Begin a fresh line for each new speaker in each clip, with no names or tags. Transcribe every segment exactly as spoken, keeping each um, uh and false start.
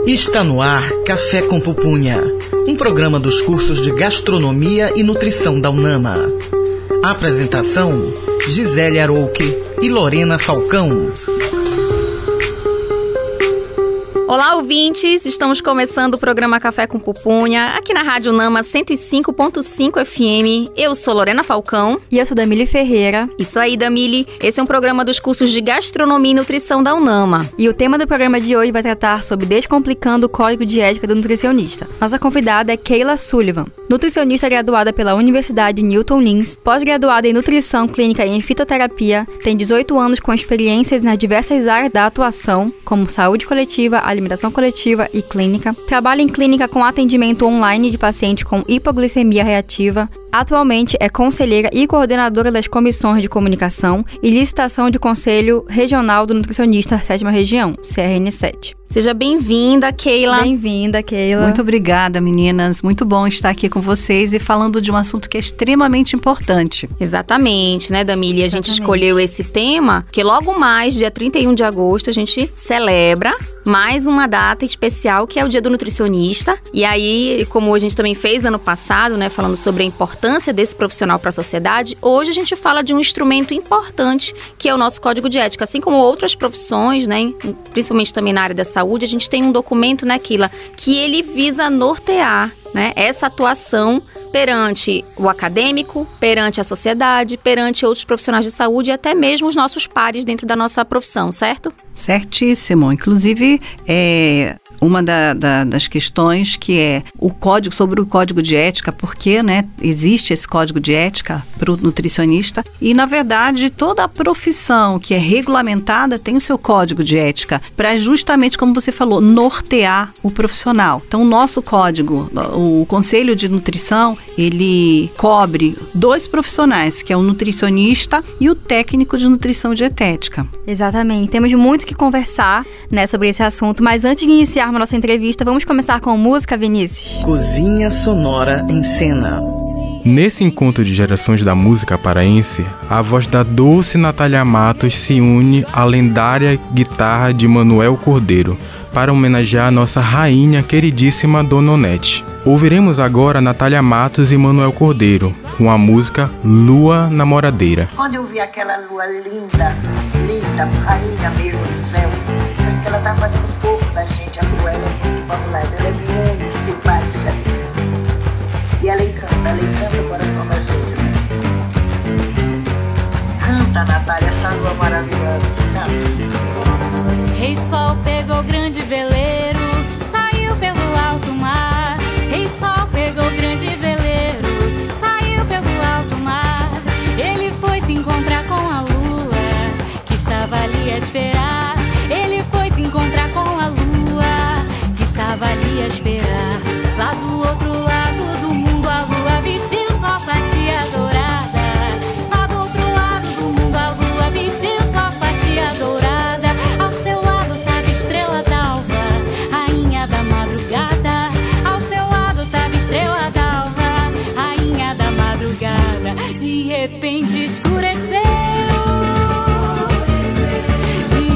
Está no ar Café com Pupunha, um programa dos cursos de Gastronomia e Nutrição da UNAMA. Apresentação: Gisele Arouque e Lorena Falcão.
Olá, ouvintes! Estamos começando o programa Café com Pupunha, aqui na Rádio UNAMA cento e cinco ponto cinco F M. Eu sou Lorena Falcão.
E eu sou Damile Ferreira.
Isso aí, Damile. Esse é um programa dos cursos de Gastronomia e Nutrição da UNAMA.
E o tema do programa de hoje vai tratar sobre descomplicando o Código de Ética do Nutricionista. Nossa convidada é Keila Sullivan, nutricionista graduada pela Universidade Newton News, pós-graduada em Nutrição Clínica e em Fitoterapia, tem dezoito anos com experiências nas diversas áreas da atuação, como saúde coletiva, alimentação coletiva e clínica. Trabalha em clínica com atendimento online de pacientes com hipoglicemia reativa. Atualmente é conselheira e coordenadora das comissões de comunicação e licitação de Conselho Regional do Nutricionista sétima Região, C R N sete.
Seja bem-vinda, Keila.
Bem-vinda, Keila.
Muito obrigada, meninas. Muito bom estar aqui com vocês e falando de um assunto que é extremamente importante.
Exatamente, né, Damile? A gente escolheu esse tema, que logo mais, dia trinta e um de agosto, a gente celebra mais uma data especial, que é o Dia do Nutricionista. E aí, como a gente também fez ano passado, né, falando sobre a importância desse profissional para a sociedade, hoje a gente fala de um instrumento importante, que é o nosso Código de Ética. Assim como outras profissões, né, principalmente também na área da saúde, a gente tem um documento, né, Keila, que ele visa nortear, né, essa atuação perante o acadêmico, perante a sociedade, perante outros profissionais de saúde e até mesmo os nossos pares dentro da nossa profissão, certo?
Certíssimo. Inclusive, é uma da, da, das questões que é o código, sobre o código de ética, porque, né, existe esse código de ética para o nutricionista e, na verdade, toda a profissão que é regulamentada tem o seu código de ética para justamente, como você falou, nortear o profissional. Então, o nosso código, o Conselho de Nutrição, ele cobre dois profissionais, que é o nutricionista e o técnico de nutrição dietética.
Exatamente. Temos muito que conversar, né, sobre esse assunto, mas antes de iniciarmos a nossa entrevista, vamos começar com música, Vinícius?
Cozinha Sonora em Cena.
Nesse encontro de gerações da música paraense, a voz da doce Natália Matos se une à lendária guitarra de Manuel Cordeiro para homenagear a nossa rainha queridíssima Dona Onete. Ouviremos agora Natália Matos e Manuel Cordeiro com a música Lua Namoradeira.
Quando eu vi aquela lua linda, linda, rainha mesmo do céu, parece que ela tá fazendo um pouco da gente, a lua, ela, vamos lá, ela é muito simpática. E ela encanta, ela encanta o coração da gente, né? Canta, Natália, essa lua maravilhosa. Canta.
Rei Sol pegou grande veleiro, saiu pelo alto mar. Rei Sol pegou grande veleiro, saiu pelo alto mar. Ele foi se encontrar com a lua, que estava ali a esperar. Ele foi se encontrar com a lua, que estava ali a esperar. Lá do outro lado do mundo, a lua vestiu sua fatia dourada. Lá do outro lado do mundo, a lua vestiu sua fatia dourada. Ao seu lado tava estrela d'alva, rainha da madrugada. Ao seu lado tava estrela d'alva, rainha da madrugada. De repente escureceu, de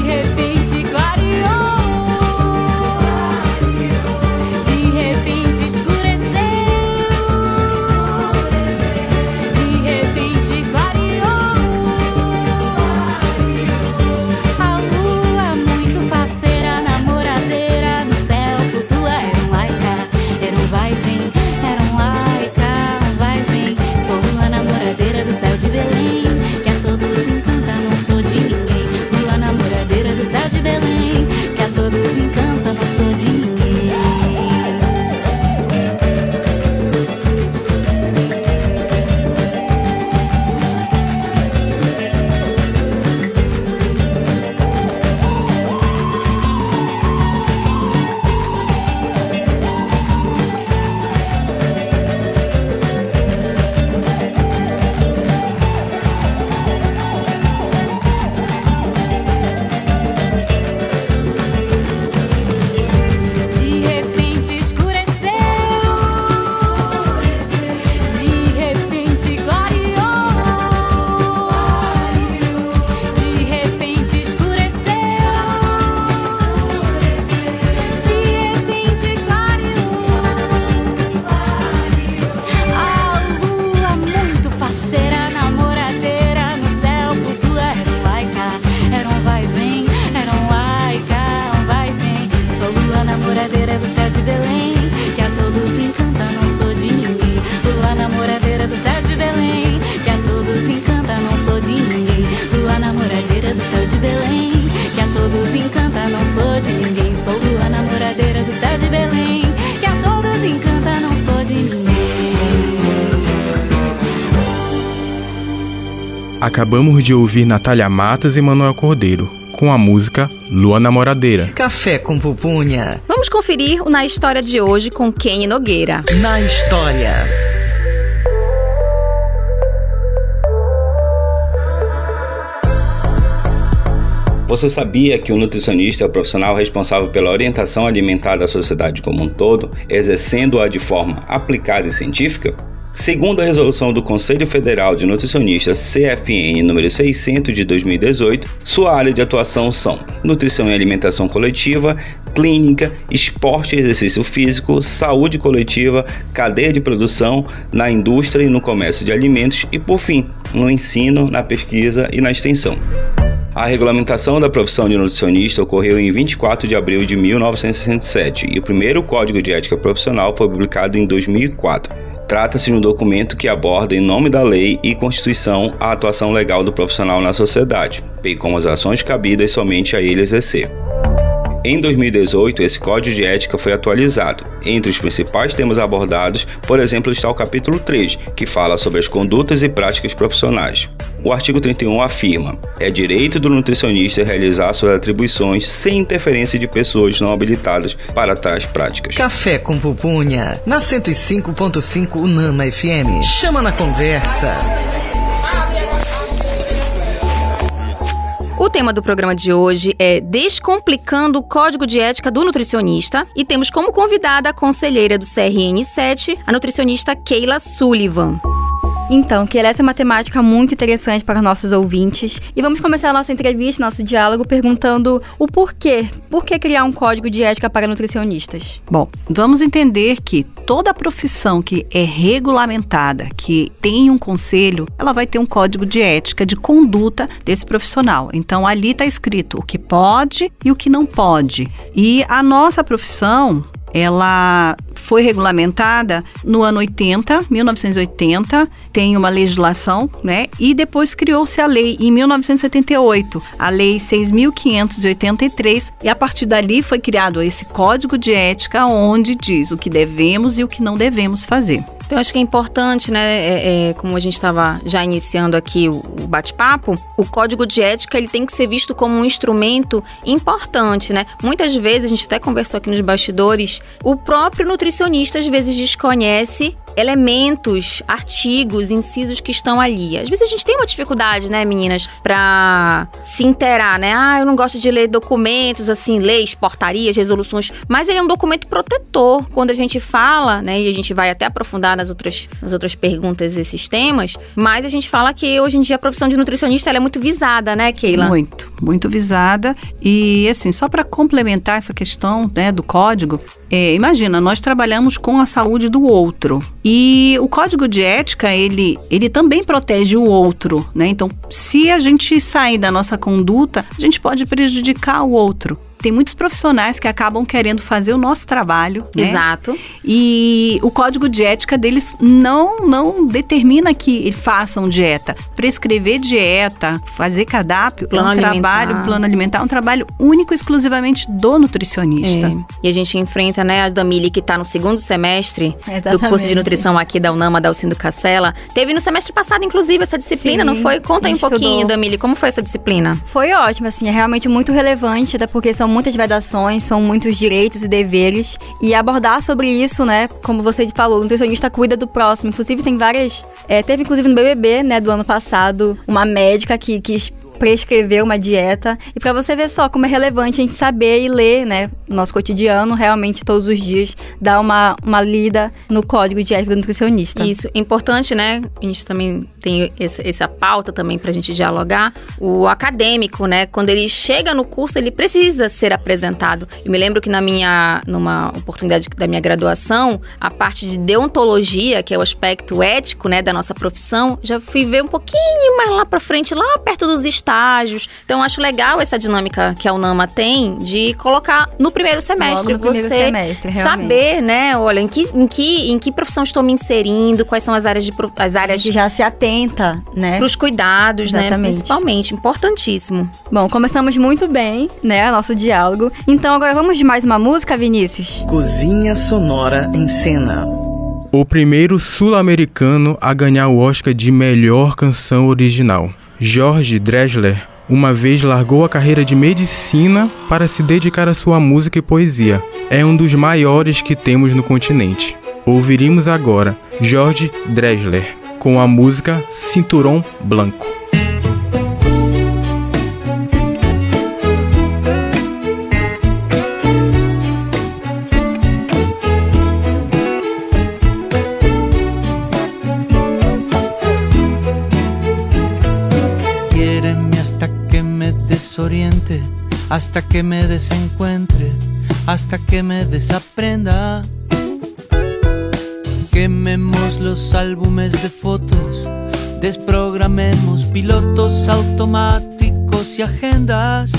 Acabamos de ouvir Natália Matos e Manuel Cordeiro, com a música Lua Namoradeira.
Café com Pupunha.
Vamos conferir o Na História de hoje com Kenny Nogueira.
Na História.
Você sabia que o nutricionista é o profissional responsável pela orientação alimentar da sociedade como um todo, exercendo-a de forma aplicada e científica? Segundo a resolução do Conselho Federal de Nutricionistas C F N número seiscentos de dois mil e dezoito, sua área de atuação são nutrição e alimentação coletiva, clínica, esporte e exercício físico, saúde coletiva, cadeia de produção, na indústria e no comércio de alimentos e, por fim, no ensino, na pesquisa e na extensão. A regulamentação da profissão de nutricionista ocorreu em vinte e quatro de abril de mil novecentos e sessenta e sete e o primeiro Código de Ética Profissional foi publicado em dois mil e quatro. Trata-se de um documento que aborda, em nome da lei e Constituição, a atuação legal do profissional na sociedade, bem como as ações cabidas somente a ele exercer. Em dois mil e dezoito, esse Código de Ética foi atualizado. Entre os principais temas abordados, por exemplo, está o capítulo três, que fala sobre as condutas e práticas profissionais. O artigo trinta e um afirma: é direito do nutricionista realizar suas atribuições sem interferência de pessoas não habilitadas para tais práticas.
Café com Pupunha, na cento e cinco ponto cinco Unama F M. Chama na conversa.
O tema do programa de hoje é Descomplicando o Código de Ética do Nutricionista e temos como convidada a conselheira do C R N sete, a nutricionista Keila Sullivan.
Então, que essa é uma temática muito interessante para nossos ouvintes. E vamos começar a nossa entrevista, nosso diálogo, perguntando o porquê. Por que criar um código de ética para nutricionistas?
Bom, vamos entender que toda profissão que é regulamentada, que tem um conselho, ela vai ter um código de ética, de conduta desse profissional. Então, ali está escrito o que pode e o que não pode. E a nossa profissão, ela foi regulamentada no ano oitenta, mil novecentos e oitenta, tem uma legislação, né? E depois criou-se a lei em mil novecentos e setenta e oito, a lei seis mil quinhentos e oitenta e três, e a partir dali foi criado esse código de ética onde diz o que devemos e o que não devemos fazer.
Então, acho que é importante, né, é, é, como a gente estava já iniciando aqui o, o bate-papo, o código de ética, ele tem que ser visto como um instrumento importante, né? Muitas vezes, a gente até conversou aqui nos bastidores, o próprio nutricionista, às vezes, desconhece elementos, artigos, incisos que estão ali. Às vezes a gente tem uma dificuldade, né, meninas, pra se inteirar, né? Ah, eu não gosto de ler documentos, assim, leis, portarias, resoluções, mas ele é um documento protetor. Quando a gente fala, né, e a gente vai até aprofundar nas outras, nas outras perguntas esses temas, mas a gente fala que hoje em dia a profissão de nutricionista ela é muito visada, né, Keila?
Muito, muito visada. E, assim, só para complementar essa questão, né, do código, é, imagina, nós trabalhamos com a saúde do outro. E o código de ética, ele, ele também protege o outro, né? Então, se a gente sair da nossa conduta, a gente pode prejudicar o outro. Tem muitos profissionais que acabam querendo fazer o nosso trabalho, né?
Exato.
E o código de ética deles não, não determina que façam dieta. Prescrever dieta, fazer cardápio,
plano
é um
alimentar.
trabalho, plano alimentar, é um trabalho único e exclusivamente do nutricionista.
É. E a gente enfrenta, né, a Damile, que está no segundo semestre
Exatamente.
do curso de nutrição aqui da Unama, da Alcindo Cacela. Teve no semestre passado, inclusive, essa disciplina,
Sim,
não foi? Conta aí um pouquinho,
estudou.
Damile, como foi essa disciplina?
Foi ótimo, assim, é realmente muito relevante, até porque são muitas vedações, são muitos direitos e deveres. E abordar sobre isso, né, como você falou, o nutricionista cuida do próximo. Inclusive, tem várias... É, teve, inclusive, no B B B, né, do ano passado, uma médica que quis prescrever uma dieta. E pra você ver só como é relevante a gente saber e ler, né, no nosso cotidiano, realmente todos os dias, dar uma, uma lida no código de ética do nutricionista.
Isso, importante, né, a gente também tem esse, essa pauta também pra gente dialogar, o acadêmico, né, quando ele chega no curso, ele precisa ser apresentado. Eu me lembro que na minha, numa oportunidade da minha graduação, a parte de deontologia, que é o aspecto ético, né, da nossa profissão, já fui ver um pouquinho mais lá pra frente, lá perto dos estágios. Então, acho legal essa dinâmica que a Unama tem de colocar no primeiro semestre,
Logo no
você
primeiro semestre, realmente.
saber, né, olha, em que, em, que, em que profissão estou me inserindo, quais são as áreas de as
A
áreas
gente já se atenta, né?
para os cuidados, né,
Exatamente.
principalmente, importantíssimo.
Bom, começamos muito bem, né, nosso diálogo. Então, agora vamos de mais uma música, Vinícius?
Cozinha Sonora em Cena.
O primeiro sul-americano a ganhar o Oscar de melhor canção original. Jorge Drexler uma vez largou a carreira de medicina para se dedicar à sua música e poesia. É um dos maiores que temos no continente. Ouviremos agora Jorge Drexler com a música Cinturón Blanco.
Desoriente, hasta que me desencuentre, hasta que me desaprenda. Quememos los álbumes de fotos, desprogramemos pilotos automáticos y agendas.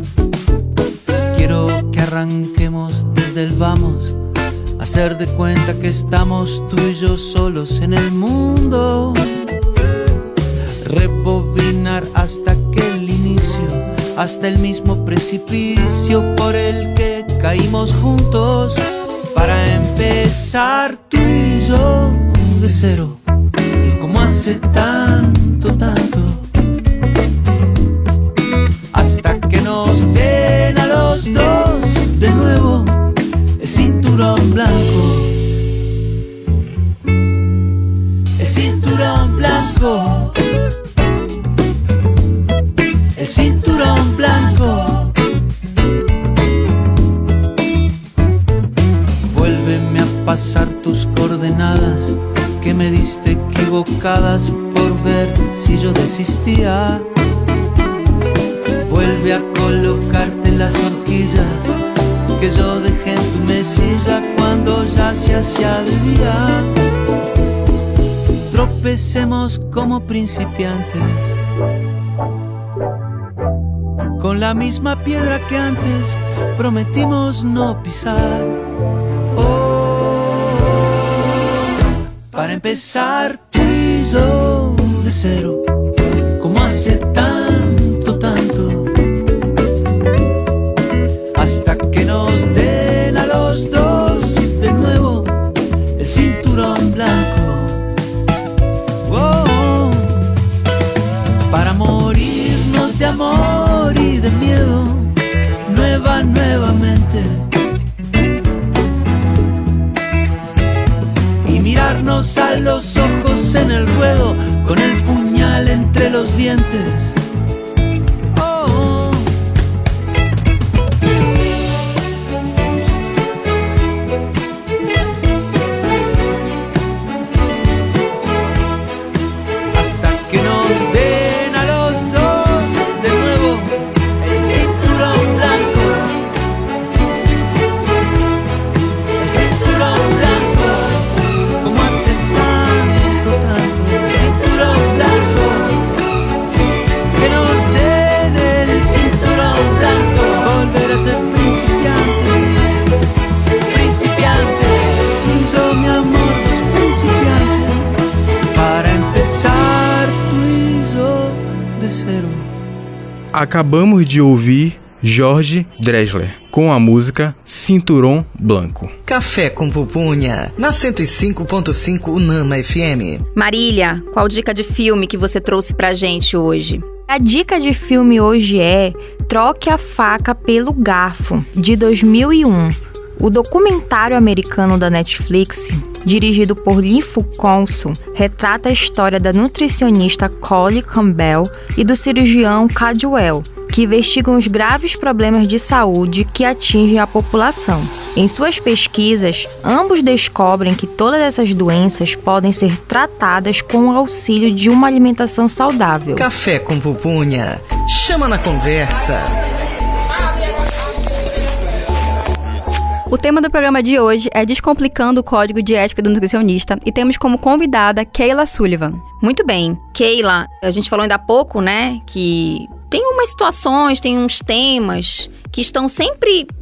Quiero que arranquemos desde el vamos, hacer de cuenta que estamos tú y yo solos en el mundo. Rebobinar hasta que el inicio, hasta el mismo precipicio por el que caímos juntos, para empezar tú y yo de cero, como hace tanto, tanto, hasta que nos den a los dos de nuevo el cinturón blanco, el cinturón blanco, el cinturón blanco. Vuélveme a pasar tus coordenadas que me diste equivocadas por ver si yo desistía. Vuelve a colocarte las horquillas que yo dejé en tu mesilla cuando ya se hacía de día. Tropecemos como principiantes con la misma piedra que antes prometimos no pisar. Oh, para empezar tú y yo de cero, como hace tanto, tanto, hasta que nos den a los dos de nuevo el cinturón blanco. Oh, para morirnos de amor y de miedo, nueva, nuevamente, y mirarnos a los ojos en el ruedo con el puñal entre los dientes. Oh, hasta que nos den a los dos de nuevo el cinturón blanco, el cinturón blanco, como hace tanto, tanto, el cinturón blanco, que nos den el cinturón blanco, volver a ser principiante, principiante, y yo mi amor dos principiantes, para empezar tú y yo de cero.
Acabamos de ouvir Jorge Drexler com a música Cinturón Blanco.
Café com Pupunha, na cento e cinco ponto cinco Unama F M.
Marília, qual dica de filme que você trouxe pra gente hoje?
A dica de filme hoje é Troque a Faca pelo Garfo, de dois mil e um. O documentário americano da Netflix, dirigido por Linfo Consul, retrata a história da nutricionista Collie Campbell e do cirurgião Cadwell, que investigam os graves problemas de saúde que atingem a população. Em suas pesquisas, ambos descobrem que todas essas doenças podem ser tratadas com o auxílio de uma alimentação saudável.
Café com Pupunha, chama na conversa.
O tema do programa de hoje é Descomplicando o Código de Ética do Nutricionista e temos como convidada Keila Sullivan.
Muito bem. Keila, a gente falou ainda há pouco, né, que tem umas situações, tem uns temas que estão sempre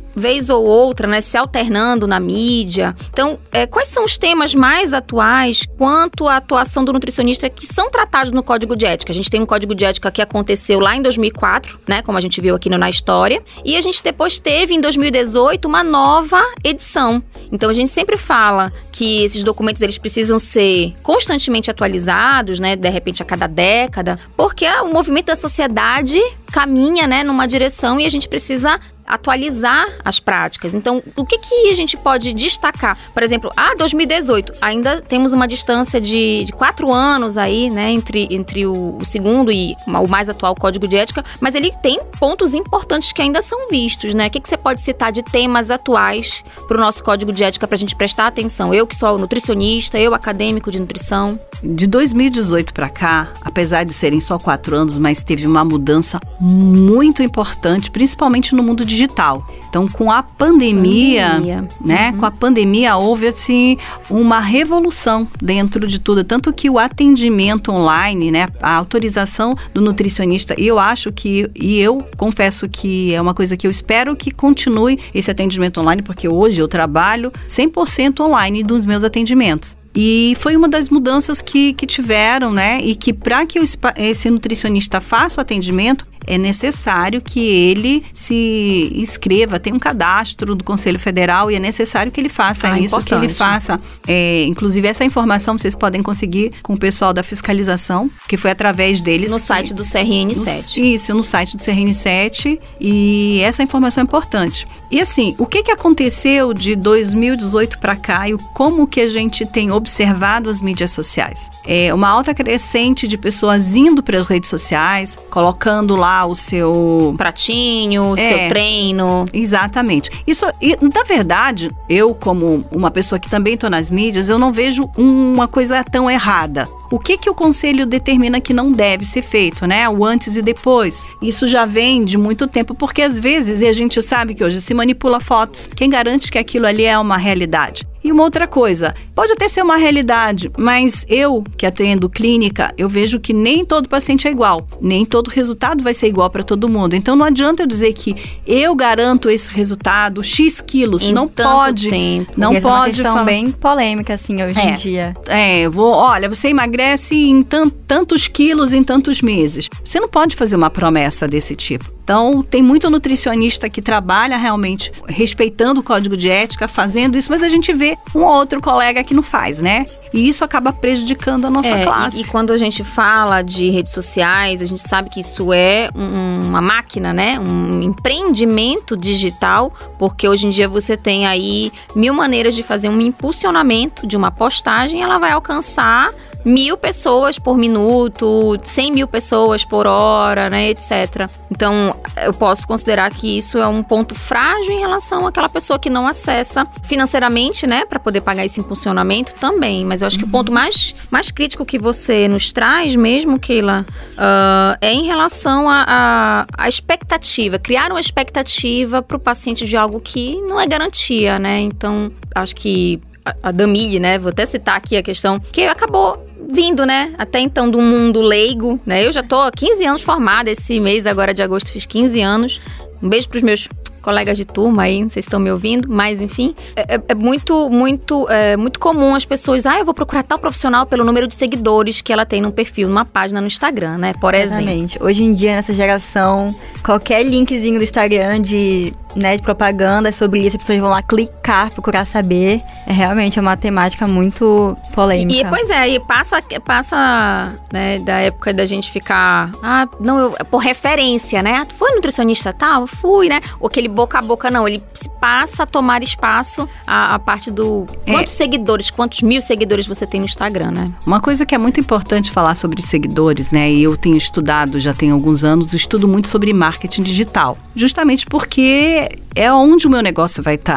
vez ou outra, né, se alternando na mídia. Então, é, quais são os temas mais atuais quanto à atuação do nutricionista que são tratados no Código de Ética? A gente tem um Código de Ética que aconteceu lá em dois mil e quatro, né, como a gente viu aqui no Na História, e a gente depois teve em dois mil e dezoito uma nova edição. Então, a gente sempre fala que esses documentos eles precisam ser constantemente atualizados, né, de repente a cada década, porque o movimento da sociedade caminha, né, numa direção e a gente precisa atualizar as práticas. Então, o que que a gente pode destacar? Por exemplo, ah, dois mil e dezoito, ainda temos uma distância de, de quatro anos aí, né, entre, entre o, o segundo e o mais atual Código de Ética, mas ele tem pontos importantes que ainda são vistos, né? O que que você pode citar de temas atuais para o nosso Código de Ética para a gente prestar atenção? Eu que sou nutricionista, eu acadêmico de nutrição.
De dois mil e dezoito para cá, apesar de serem só quatro anos, mas teve uma mudança muito importante, principalmente no mundo digital. Então, com a pandemia, pandemia. né? Uhum. Com a pandemia houve assim uma revolução dentro de tudo, tanto que o atendimento online, né? A autorização do nutricionista, e eu acho que, e eu confesso que é uma coisa que eu espero que continue esse atendimento online, porque hoje eu trabalho cem por cento online dos meus atendimentos. E foi uma das mudanças que, que tiveram, né? E que para que o, esse nutricionista faça o atendimento, é necessário que ele se inscreva, tem um cadastro do Conselho Federal e é necessário que ele faça ah, isso, importante. que ele faça. É, inclusive, essa informação vocês podem conseguir com o pessoal da fiscalização, que foi através deles.
No site do C R N sete.
No, isso, no site do C R N sete, e essa informação é importante. E assim, o que, que aconteceu de dois mil e dezoito para cá e como que a gente tem observado as mídias sociais? É uma alta crescente de pessoas indo para as redes sociais, colocando lá o seu
pratinho, o é, seu treino.
Exatamente. Isso, e, na verdade, eu como uma pessoa que também estou nas mídias, eu não vejo uma coisa tão errada. O que que o conselho determina que não deve ser feito, né? O antes e depois. Isso já vem de muito tempo, porque às vezes, e a gente sabe que hoje se manipula fotos, quem garante que aquilo ali é uma realidade? E uma outra coisa, pode até ser uma realidade, mas eu, que atendo clínica, eu vejo que nem todo paciente é igual, nem todo resultado vai ser igual para todo mundo. Então não adianta eu dizer que eu garanto esse resultado, X quilos,
em
não
tanto
pode.
Tempo.
Não
Essa
pode.
É uma questão
falar...
bem polêmica, assim, hoje
é.
em dia.
É, eu vou, olha, você emagrece em tant, tantos quilos em tantos meses. Você não pode fazer uma promessa desse tipo. Então, tem muito nutricionista que trabalha realmente respeitando o código de ética, fazendo isso, mas a gente vê um ou outro colega que não faz, né? E isso acaba prejudicando a nossa
é,
classe.
E, e quando a gente fala de redes sociais, a gente sabe que isso é um, uma máquina, né? Um empreendimento digital, porque hoje em dia você tem aí mil maneiras de fazer um impulsionamento de uma postagem, ela vai alcançar mil pessoas por minuto, cem mil pessoas por hora, né, etcétera. Então, eu posso considerar que isso é um ponto frágil em relação àquela pessoa que não acessa financeiramente, né, para poder pagar esse impulsionamento também. Mas eu acho que o ponto mais, mais crítico que você nos traz mesmo, Keila, uh, é em relação à expectativa, criar uma expectativa para o paciente de algo que não é garantia, né? Então, acho que a, a Damile, né, vou até citar aqui a questão, que acabou vindo, né, até então do mundo leigo, né, eu já tô há quinze anos formada, esse mês agora de agosto fiz quinze anos, um beijo pros meus colegas de turma aí, não sei se estão me ouvindo, mas enfim, é, é muito, muito, é muito comum as pessoas, ah, eu vou procurar tal profissional pelo número de seguidores que ela tem num perfil, numa página no Instagram, né, por
Exatamente.
exemplo.
Hoje em dia, nessa geração, qualquer linkzinho do Instagram de, né, de propaganda sobre isso, as pessoas vão lá clicar, procurar saber, é realmente uma temática muito polêmica.
E, e pois é, e passa, passa, né, da época da gente ficar, ah, não, eu, por referência, né, foi nutricionista tal? Fui, né, ou aquele boca a boca, não, ele passa a tomar espaço a, a parte do quantos é. seguidores, quantos mil seguidores você tem no Instagram, né?
Uma coisa que é muito importante falar sobre seguidores, né, e eu tenho estudado, já tem alguns anos, eu estudo muito sobre marketing digital, justamente porque é onde o meu negócio vai estar.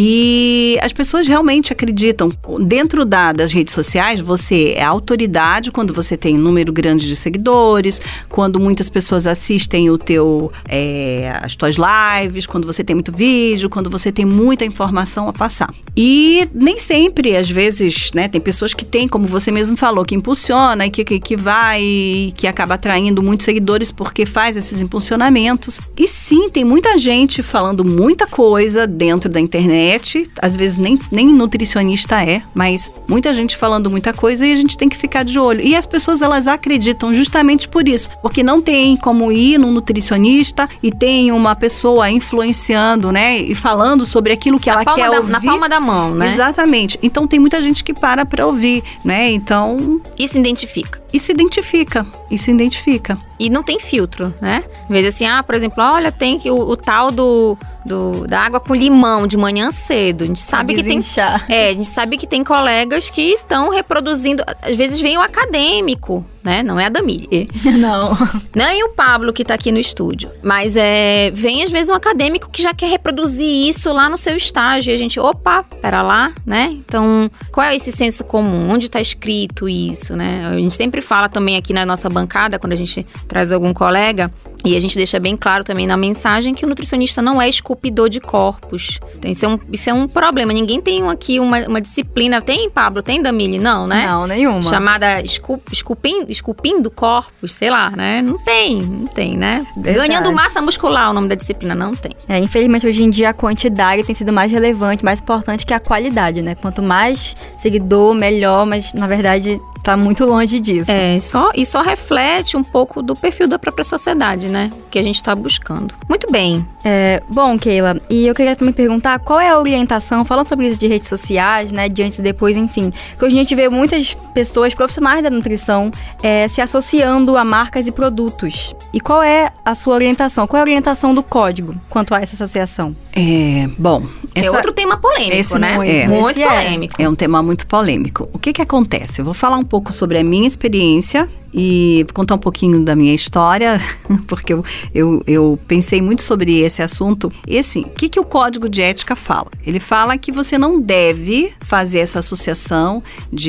E as pessoas realmente acreditam. Dentro da, das redes sociais, você é autoridade quando você tem um número grande de seguidores, quando muitas pessoas assistem o teu, é, as tuas lives, quando você tem muito vídeo, quando você tem muita informação a passar. E nem sempre, às vezes, né, tem pessoas que têm, como você mesmo falou, que impulsiona e que, que, que vai e que acaba atraindo muitos seguidores porque faz esses impulsionamentos. E sim, tem muita gente falando muita coisa dentro da internet, às vezes nem, nem nutricionista é, mas muita gente falando muita coisa e a gente tem que ficar de olho. E as pessoas, elas acreditam justamente por isso, porque não tem como ir num nutricionista e tem uma pessoa influenciando, né, e falando sobre aquilo que ela quer
da,
ouvir.
Na palma da mão, né?
Exatamente. Então tem muita gente que para pra ouvir, né, então...
E se identifica.
E se identifica, e se identifica.
E não tem filtro, né? Às vezes assim, ah, por exemplo, olha, tem que o, o tal do, do, da água com limão de manhã cedo. A gente sabe que tem... É, a gente sabe que tem colegas que estão reproduzindo... Às vezes vem o acadêmico, né? Não é a Damília.
Não.
Nem o Pablo que tá aqui no estúdio. Mas é, vem às vezes um acadêmico que já quer reproduzir isso lá no seu estágio. E a gente, opa, pera lá, né? Então, qual é esse senso comum? Onde tá escrito isso, né? A gente sempre fala também aqui na nossa bancada, quando a gente traz algum colega, e a gente deixa bem claro também na mensagem que o nutricionista não é esculpidor de corpos. Então, isso, é um, isso é um problema. Ninguém tem aqui uma, uma disciplina. Tem, Pablo? Tem, Damília? Não, né?
Não, nenhuma.
Chamada esculp, esculpindo, esculpindo corpos, sei lá, né? Não tem, não tem, né?
Verdade.
Ganhando massa muscular, o nome da disciplina, não tem.
É, infelizmente, hoje em dia, a quantidade tem sido mais relevante, mais importante que a qualidade, né? Quanto mais seguidor, melhor, mas, na verdade... Tá muito longe disso.
É, só, e só reflete um pouco do perfil da própria sociedade, né? Que a gente tá buscando. Muito bem.
É, bom, Keila, e eu queria também perguntar qual é a orientação, falando sobre isso de redes sociais, né? De antes e depois, enfim. Que hoje a gente vê muitas pessoas profissionais da nutrição é, se associando a marcas e produtos. E qual é a sua orientação? Qual é a orientação do código quanto a essa associação?
É, bom...
Essa, é outro tema polêmico,
esse
né?
Não é.
Muito
esse
polêmico.
É. é um tema muito polêmico. O que que acontece? Eu vou falar um pouco sobre a minha experiência e vou contar um pouquinho da minha história, porque eu, eu, eu pensei muito sobre esse assunto. E assim, o que que o Código de Ética fala? Ele fala que você não deve fazer essa associação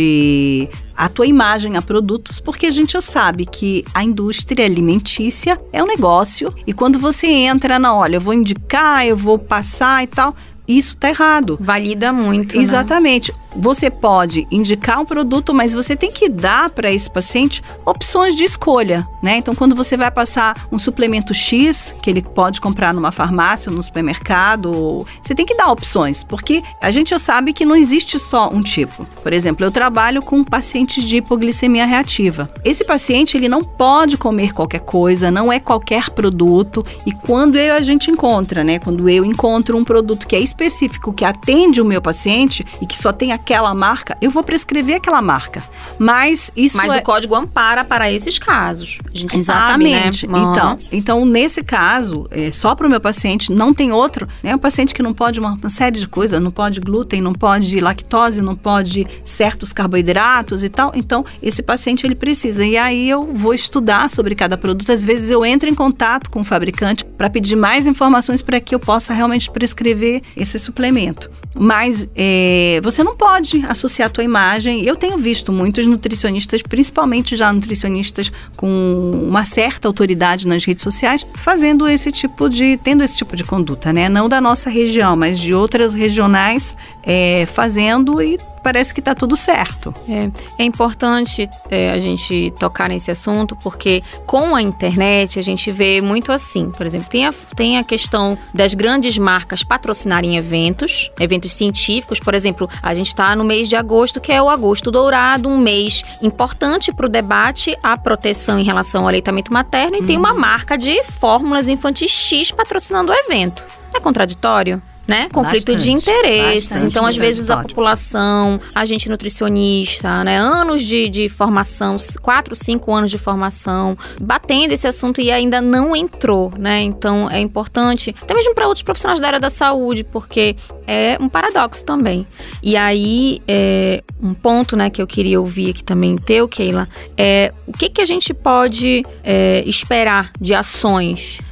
de a tua imagem a produtos, porque a gente já sabe que a indústria alimentícia é um negócio e quando você entra na, olha, eu vou indicar, eu vou passar e tal... Isso tá errado.
Valida muito,
Exatamente.
Né?
Você pode indicar um produto, mas você tem que dar para esse paciente opções de escolha, né? Então, quando você vai passar um suplemento X, que ele pode comprar numa farmácia ou no supermercado, você tem que dar opções, porque a gente já sabe que não existe só um tipo. Por exemplo, eu trabalho com pacientes de hipoglicemia reativa. Esse paciente, ele não pode comer qualquer coisa, não é qualquer produto, e quando eu, a gente encontra, né? Quando eu encontro um produto que é específico, que atende o meu paciente e que só tem aquela marca, eu vou prescrever aquela marca. Mas isso
Mas
é...
o código ampara para esses casos. A gente
Exatamente.
sabe, né?
Então, então, nesse caso, é, só para o meu paciente, não tem outro, né? Um paciente que não pode uma, uma série de coisas, não pode glúten, não pode lactose, não pode certos carboidratos e tal. Então, esse paciente, ele precisa. E aí, eu vou estudar sobre cada produto. Às vezes, eu entro em contato com o fabricante para pedir mais informações para que eu possa realmente prescrever esse suplemento. Mas é, você não pode associar a tua imagem. Eu tenho visto muitos nutricionistas, principalmente já nutricionistas com uma certa autoridade nas redes sociais, fazendo esse tipo de, tendo esse tipo de conduta, né? Não da nossa região, mas de outras regionais, é, fazendo e parece que está tudo certo.
É, é importante é, a gente tocar nesse assunto, porque com a internet a gente vê muito assim. Por exemplo, tem a, tem a questão das grandes marcas patrocinarem eventos, eventos científicos. Por exemplo, a gente está no mês de agosto, que é o Agosto Dourado, um mês importante para o debate à proteção em relação ao aleitamento materno, e hum. tem uma marca de fórmulas infantis X patrocinando o evento. É contraditório? Né? Conflito
Bastante,
de interesses.
bastante
Então, às vezes, a população, a gente nutricionista, né? Anos de, de formação, quatro, cinco anos de formação, batendo esse assunto e ainda não entrou, né? Então, é importante, até mesmo para outros profissionais da área da saúde, porque é um paradoxo também. E aí, é, um ponto, né, que eu queria ouvir aqui também teu, Keila, é o que, que a gente pode é, esperar de ações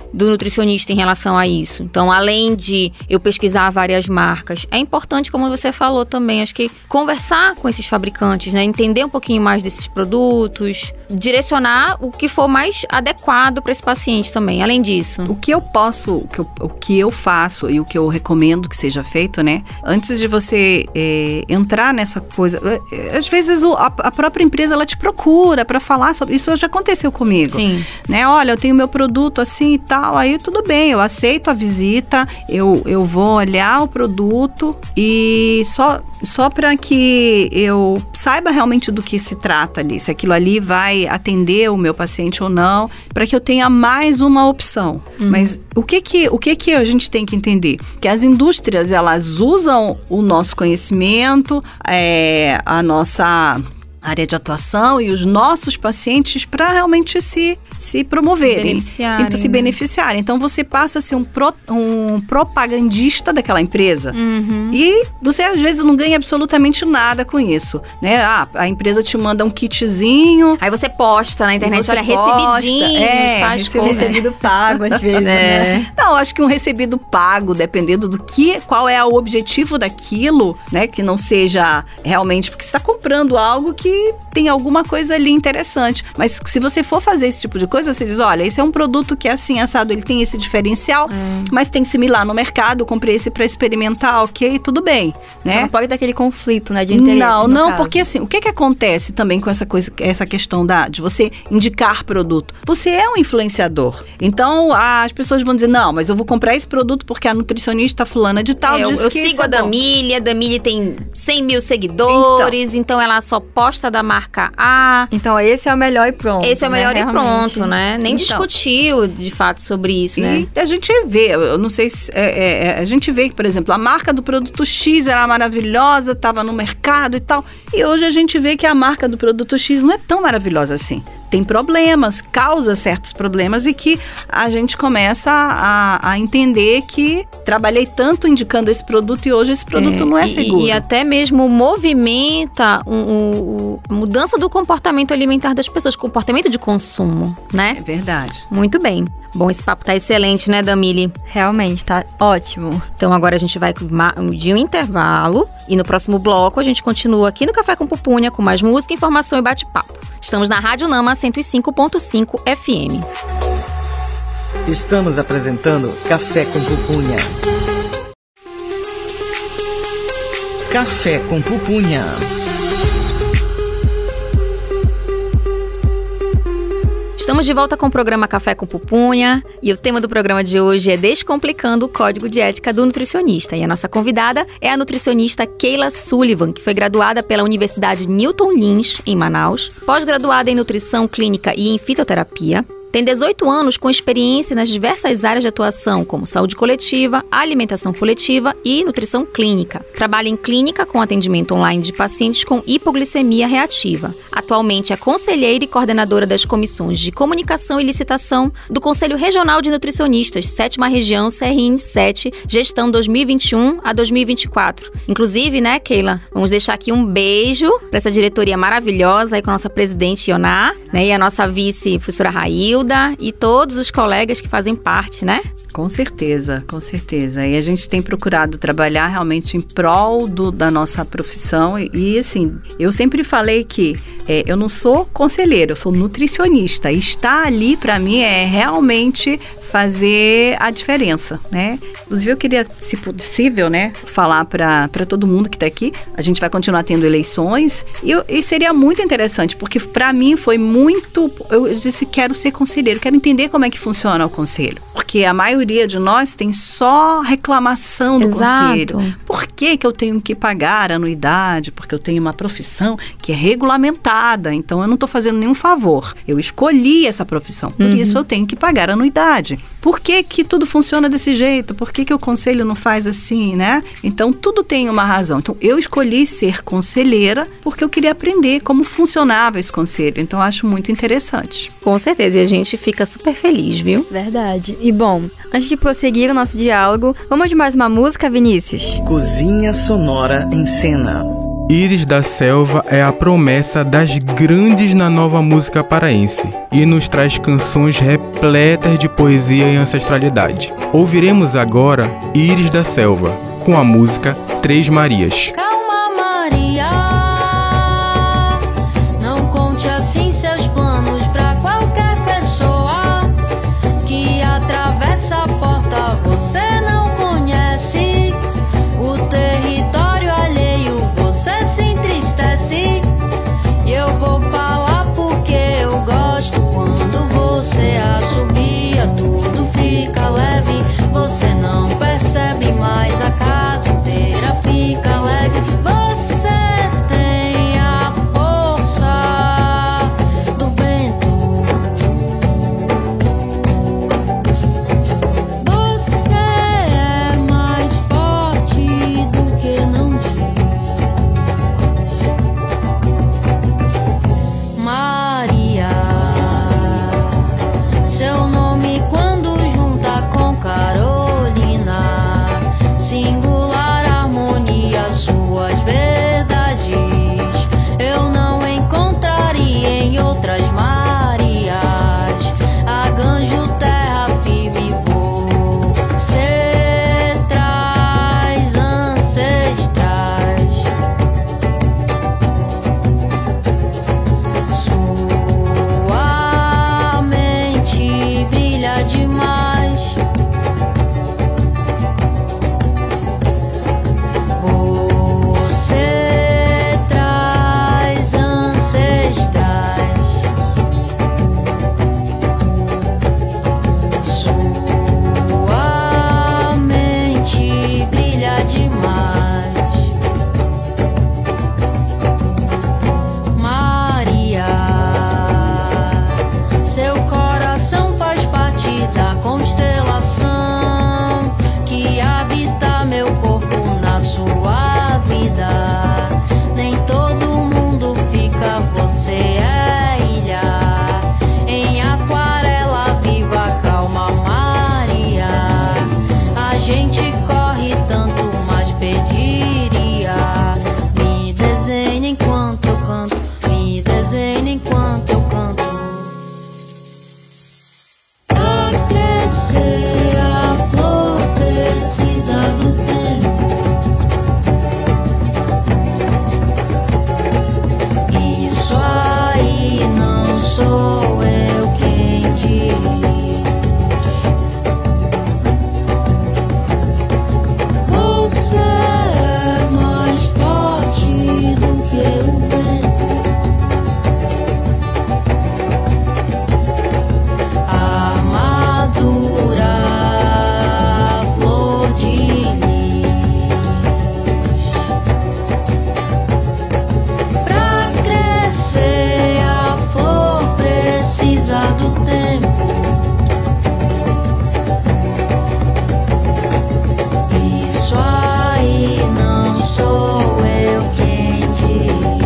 do nutricionista em relação a isso. Então, além de eu pesquisar várias marcas, é importante, como você falou também, acho que conversar com esses fabricantes, né? Entender um pouquinho mais desses produtos, direcionar o que for mais adequado para esse paciente também, além disso.
O que eu posso, o que eu, o que eu faço e o que eu recomendo que seja feito, né? Antes de você é, entrar nessa coisa, às vezes o, a, a própria empresa, ela te procura para falar sobre isso. Já aconteceu comigo.
Sim.
Né? Olha, eu tenho meu produto assim e tal, aí tudo bem, eu aceito a visita, eu, eu vou olhar o produto e só, só para que eu saiba realmente do que se trata ali, se aquilo ali vai atender o meu paciente ou não, para que eu tenha mais uma opção. Uhum. Mas o que que, o que que a gente tem que entender? Que as indústrias, elas usam o nosso conhecimento, é, a nossa área de atuação e os nossos pacientes para realmente se, se promoverem,
beneficiarem,
então, se
né?
beneficiarem. Então você passa a ser um, pro, um propagandista daquela empresa.
Uhum.
E você às vezes não ganha absolutamente nada com isso, né? Ah, a empresa te manda um kitzinho.
Aí você posta na internet, olha,
posta,
recebidinhos,
é,
tá?
Recebido, recebido pago às vezes,
É.
né?
Não, acho que um recebido pago, dependendo do que, qual é o objetivo daquilo, né? Que não seja realmente, porque você está comprando algo que tem alguma coisa ali interessante. Mas se você for fazer esse tipo de coisa, você diz, olha, esse é um produto que é assim, assado, ele tem esse diferencial, é. mas tem similar no mercado, eu comprei esse para experimentar, ok, tudo bem, né?
Não pode ter aquele conflito, né, de interesse.
Não,
no
não,
caso.
porque assim, o que que acontece também com essa coisa, essa questão da, de você indicar produto? Você é um influenciador. Então, as pessoas vão dizer, não, mas eu vou comprar esse produto porque a nutricionista fulana de tal
é,
diz
eu,
que
eu sigo
é
a Damília, a Damília tem cem mil seguidores, então, então ela só posta da marca A.
Então esse é o melhor e pronto.
Esse é o melhor
né?
e pronto, né? Nem
então,
discutiu de fato sobre isso,
e
né?
a gente vê, eu não sei se é, é, a gente vê que, por exemplo, a marca do produto X era maravilhosa, estava no mercado e tal, e hoje a gente vê que a marca do produto X não é tão maravilhosa assim. Tem problemas, causa certos problemas e que a gente começa a, a entender que trabalhei tanto indicando esse produto e hoje esse produto é, não é seguro.
E, e até mesmo movimenta um, um, a mudança do comportamento alimentar das pessoas, comportamento de consumo, né?
É verdade.
Muito bem. Bom, esse papo tá excelente, né, Damile?
Realmente, tá ótimo.
Então agora a gente vai de um intervalo e no próximo bloco a gente continua aqui no Café com Pupunha com mais música, informação e bate-papo. Estamos na Rádio Nama cento e cinco ponto cinco F M.
Estamos apresentando Café com Pupunha. Café com Pupunha.
Estamos de volta com o programa Café com Pupunha e o tema do programa de hoje é Descomplicando o Código de Ética do Nutricionista. E a nossa convidada é a nutricionista Keila Sullivan, que foi graduada pela Universidade Newton Lins, em Manaus, pós-graduada em Nutrição Clínica e em Fitoterapia. Tem dezoito anos com experiência nas diversas áreas de atuação, como saúde coletiva, alimentação coletiva e nutrição clínica. Trabalha em clínica com atendimento online de pacientes com hipoglicemia reativa. Atualmente é conselheira e coordenadora das comissões de comunicação e licitação do Conselho Regional de Nutricionistas, sétima Região, C R N sete, gestão dois mil e vinte e um a dois mil e vinte e quatro. Inclusive, né, Keila, vamos deixar aqui um beijo para essa diretoria maravilhosa aí com a nossa presidente Ioná, né, e a nossa vice, professora Railda, e todos os colegas que fazem parte, né?
Com certeza, com certeza. E a gente tem procurado trabalhar realmente em prol do, da nossa profissão. E, e assim, eu sempre falei que é, eu não sou conselheira, eu sou nutricionista. E estar ali, para mim, é realmente fazer a diferença, né? Inclusive, eu queria, se possível, né, falar para todo mundo que está aqui. A gente vai continuar tendo eleições. E, eu, e seria muito interessante, porque para mim foi muito... Eu disse, quero ser conselheiro, quero entender como é que funciona o conselho. Porque a maioria A maioria de nós tem só reclamação do
Exato.
Conselho. Por que que eu tenho que pagar anuidade? Porque eu tenho uma profissão que é regulamentada, então eu não estou fazendo nenhum favor. Eu escolhi essa profissão, por uhum. isso eu tenho que pagar anuidade. Por que que tudo funciona desse jeito? Por que que o Conselho não faz assim, né? Então tudo tem uma razão. Então eu escolhi ser conselheira porque eu queria aprender como funcionava esse Conselho. Então eu acho muito interessante.
Com certeza, e a gente fica super feliz, viu?
Verdade. E bom, antes de prosseguir o nosso diálogo, vamos de mais uma música, Vinícius?
Cozinha Sonora em Cena.
Íris da Selva é a promessa das grandes na nova música paraense e nos traz canções repletas de poesia e ancestralidade. Ouviremos agora Íris da Selva, com a música Três Marias.
Calma, Maria, não conte assim seus planos pra qualquer pessoa que atravessa a porta, você não conhece o território alheio, você se entristece. E eu vou falar porque eu gosto quando você assovia, tudo fica leve, você não percebe mais, a casa inteira fica alegre. Você tem a força do vento, você é mais forte do que não diz. Maria, seu nome quando junta com Carolina, singular harmonia, suas verdades eu não encontraria em outras Marias. Arcanjo, terra firme, você traz ancestrais, sua mente brilha demais. Você traz ancestrais, sua mente brilha demais. Maria, seu coração faz parte da constelação que habita meu corpo na sua vida. Nem todo mundo fica, você é ilha em aquarela viva. Calma, Maria, a gente corre tanto, mas pediria. Me desenhe enquanto eu canto, me desenhe enquanto eu canto. Pra crescer a flor precisa do tempo. Isso aí não sou eu quem diz. Você é mais forte do que o vento. Armadura, flor de lis. Pra crescer a flor precisa do tempo. Isso aí não sou eu quem diz.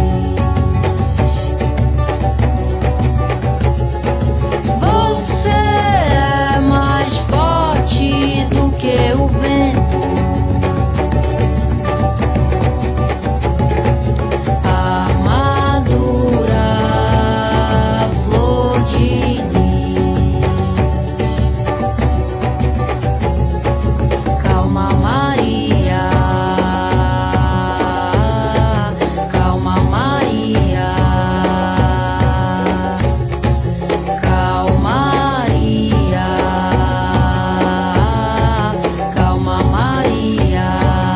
Você é mais forte do que o vento. Armadura, flor de lis. Calma, Maria, calma, Maria, calma, Maria, calma, Maria.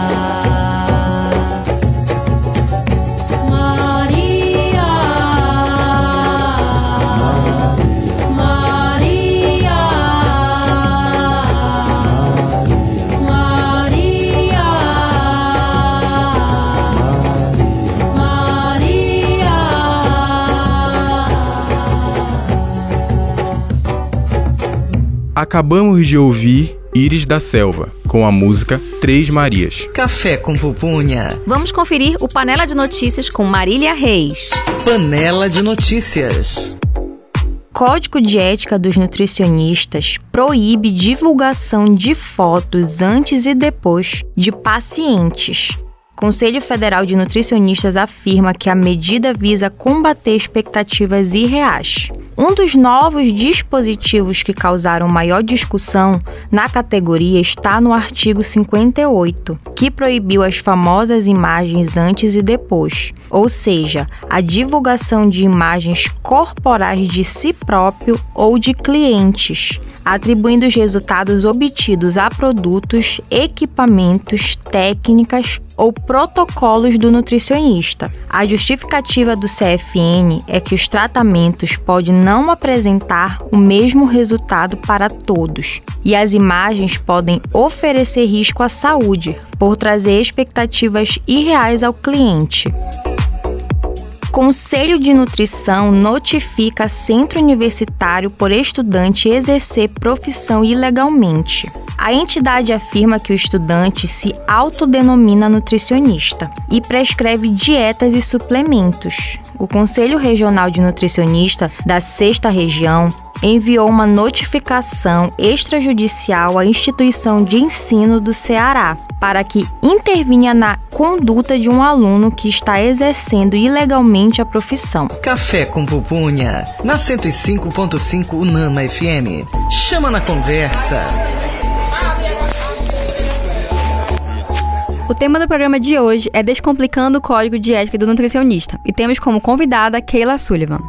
Maria, Maria, Maria, Maria.
Acabamos de ouvir Íris da Selva, com a música Três Marias.
Café com pupunha.
Vamos conferir o Panela de Notícias com Marília Reis.
Panela de notícias.
Código de Ética dos Nutricionistas proíbe divulgação de fotos antes e depois de pacientes. Conselho Federal de Nutricionistas afirma que a medida visa combater expectativas irreais. Um dos novos dispositivos que causaram maior discussão na categoria está no artigo cinquenta e oito, que proibiu as famosas imagens antes e depois, ou seja, a divulgação de imagens corporais de si próprio ou de clientes, atribuindo os resultados obtidos a produtos, equipamentos, técnicas ou protocolos do nutricionista. A justificativa do C F N é que os tratamentos podem não apresentar o mesmo resultado para todos, e as imagens podem oferecer risco à saúde, por trazer expectativas irreais ao cliente. Conselho de Nutrição notifica centro universitário por estudante exercer profissão ilegalmente. A entidade afirma que o estudante se autodenomina nutricionista e prescreve dietas e suplementos. O Conselho Regional de Nutricionista da Sexta Região enviou uma notificação extrajudicial à instituição de ensino do Ceará para que intervinha na conduta de um aluno que está exercendo ilegalmente a profissão.
Café com Pupunha, na cento e cinco ponto cinco Unama F M. Chama na conversa.
O tema do programa de hoje é Descomplicando o Código de Ética do Nutricionista e temos como convidada Keila Sullivan.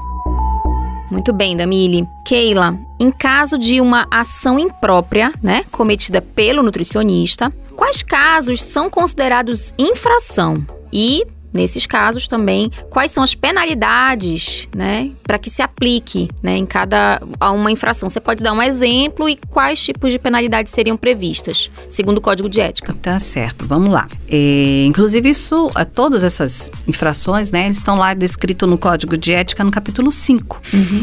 Muito bem, Damile. Keila, em caso de uma ação imprópria, né, cometida pelo nutricionista, quais casos são considerados infração? E, nesses casos também, quais são as penalidades, né, para que se aplique, né, em cada a uma infração? Você pode dar um exemplo e quais tipos de penalidades seriam previstas, segundo o Código de Ética?
Tá certo, vamos lá. É, inclusive, isso, todas essas infrações, né, eles estão lá descritos no Código de Ética, no capítulo cinco. Uhum.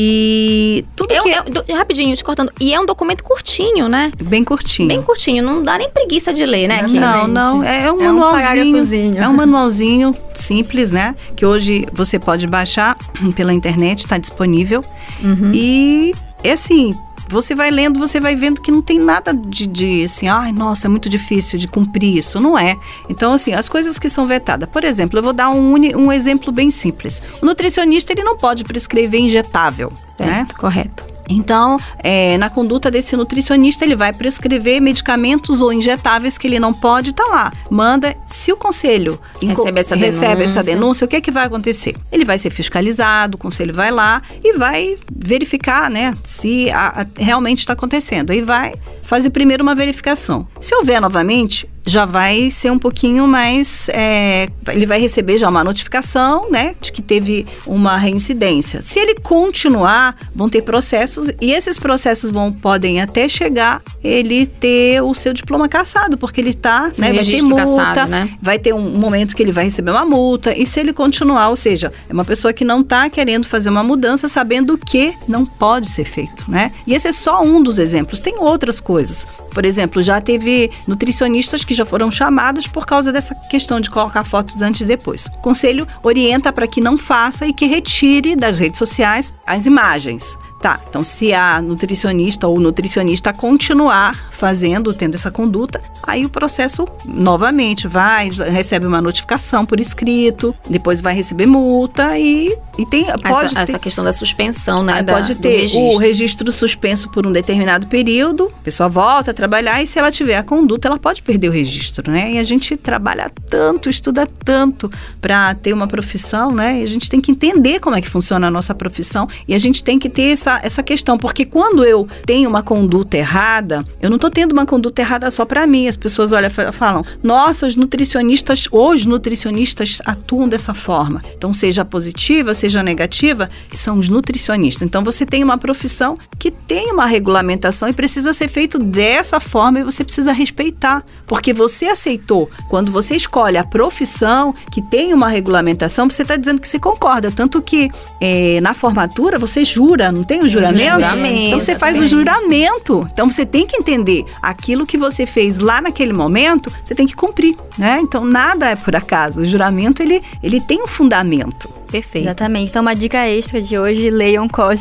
E tudo
eu,
que...
Eu, rapidinho, te cortando, e é um documento curtinho, né?
Bem curtinho.
Bem curtinho, não dá nem preguiça de ler, né?
Não, não, é um é manualzinho. Um é um manualzinho simples, né? Que hoje você pode baixar pela internet, está disponível. Uhum. E é assim, você vai lendo, você vai vendo que não tem nada de, de assim, ai, nossa, é muito difícil de cumprir isso. Não é. Então, assim, as coisas que são vetadas. Por exemplo, eu vou dar um, uni, um exemplo bem simples. O nutricionista, ele não pode prescrever injetável,
é,
né?
Correto.
Então, é, na conduta desse nutricionista, ele vai prescrever medicamentos ou injetáveis que ele não pode, tá lá. Manda, se o conselho
recebe, essa,
recebe
denúncia.
essa denúncia, o que é que vai acontecer? Ele vai ser fiscalizado, o conselho vai lá e vai verificar, né, se a, a, realmente está acontecendo. Aí vai fazer primeiro uma verificação. Se houver novamente, já vai ser um pouquinho mais... É, ele vai receber já uma notificação, né, de que teve uma reincidência. Se ele continuar, vão ter processos, e esses processos vão, podem até chegar ele ter o seu diploma cassado, porque ele está, né, vai ter multa, cassado, né? Vai ter um momento que ele vai receber uma multa, e se ele continuar, ou seja, é uma pessoa que não está querendo fazer uma mudança, sabendo que não pode ser feito, né? E esse é só um dos exemplos, tem outras coisas. Por exemplo, já teve nutricionistas que já foram chamados por causa dessa questão de colocar fotos antes e depois. O conselho orienta para que não faça e que retire das redes sociais as imagens. Tá, então se a nutricionista ou o nutricionista continuar fazendo, tendo essa conduta, aí o processo novamente vai, recebe uma notificação por escrito, depois vai receber multa e, e tem, pode
essa,
ter...
Essa questão da suspensão, né? Da,
pode ter registro. O registro suspenso por um determinado período, a pessoa volta a trabalhar e se ela tiver a conduta, ela pode perder o registro, né? E a gente trabalha tanto, estuda tanto para ter uma profissão, né? E a gente tem que entender como é que funciona a nossa profissão e a gente tem que ter essa essa questão, porque quando eu tenho uma conduta errada, eu não estou tendo uma conduta errada só para mim, as pessoas olham e falam, nossa, os nutricionistas, os nutricionistas atuam dessa forma, então seja positiva, seja negativa, são os nutricionistas, então você tem uma profissão que tem uma regulamentação e precisa ser feito dessa forma e você precisa respeitar, porque você aceitou, quando você escolhe a profissão que tem uma regulamentação, você está dizendo que você concorda, tanto que é, na formatura você jura, não tem o juramento? juramento? Então você faz o juramento. Então você tem que entender aquilo que você fez lá naquele momento, você tem que cumprir, né? Então nada é por acaso. O juramento, ele, ele tem um fundamento.
Perfeito.
Exatamente. Então uma dica extra de hoje, leiam o código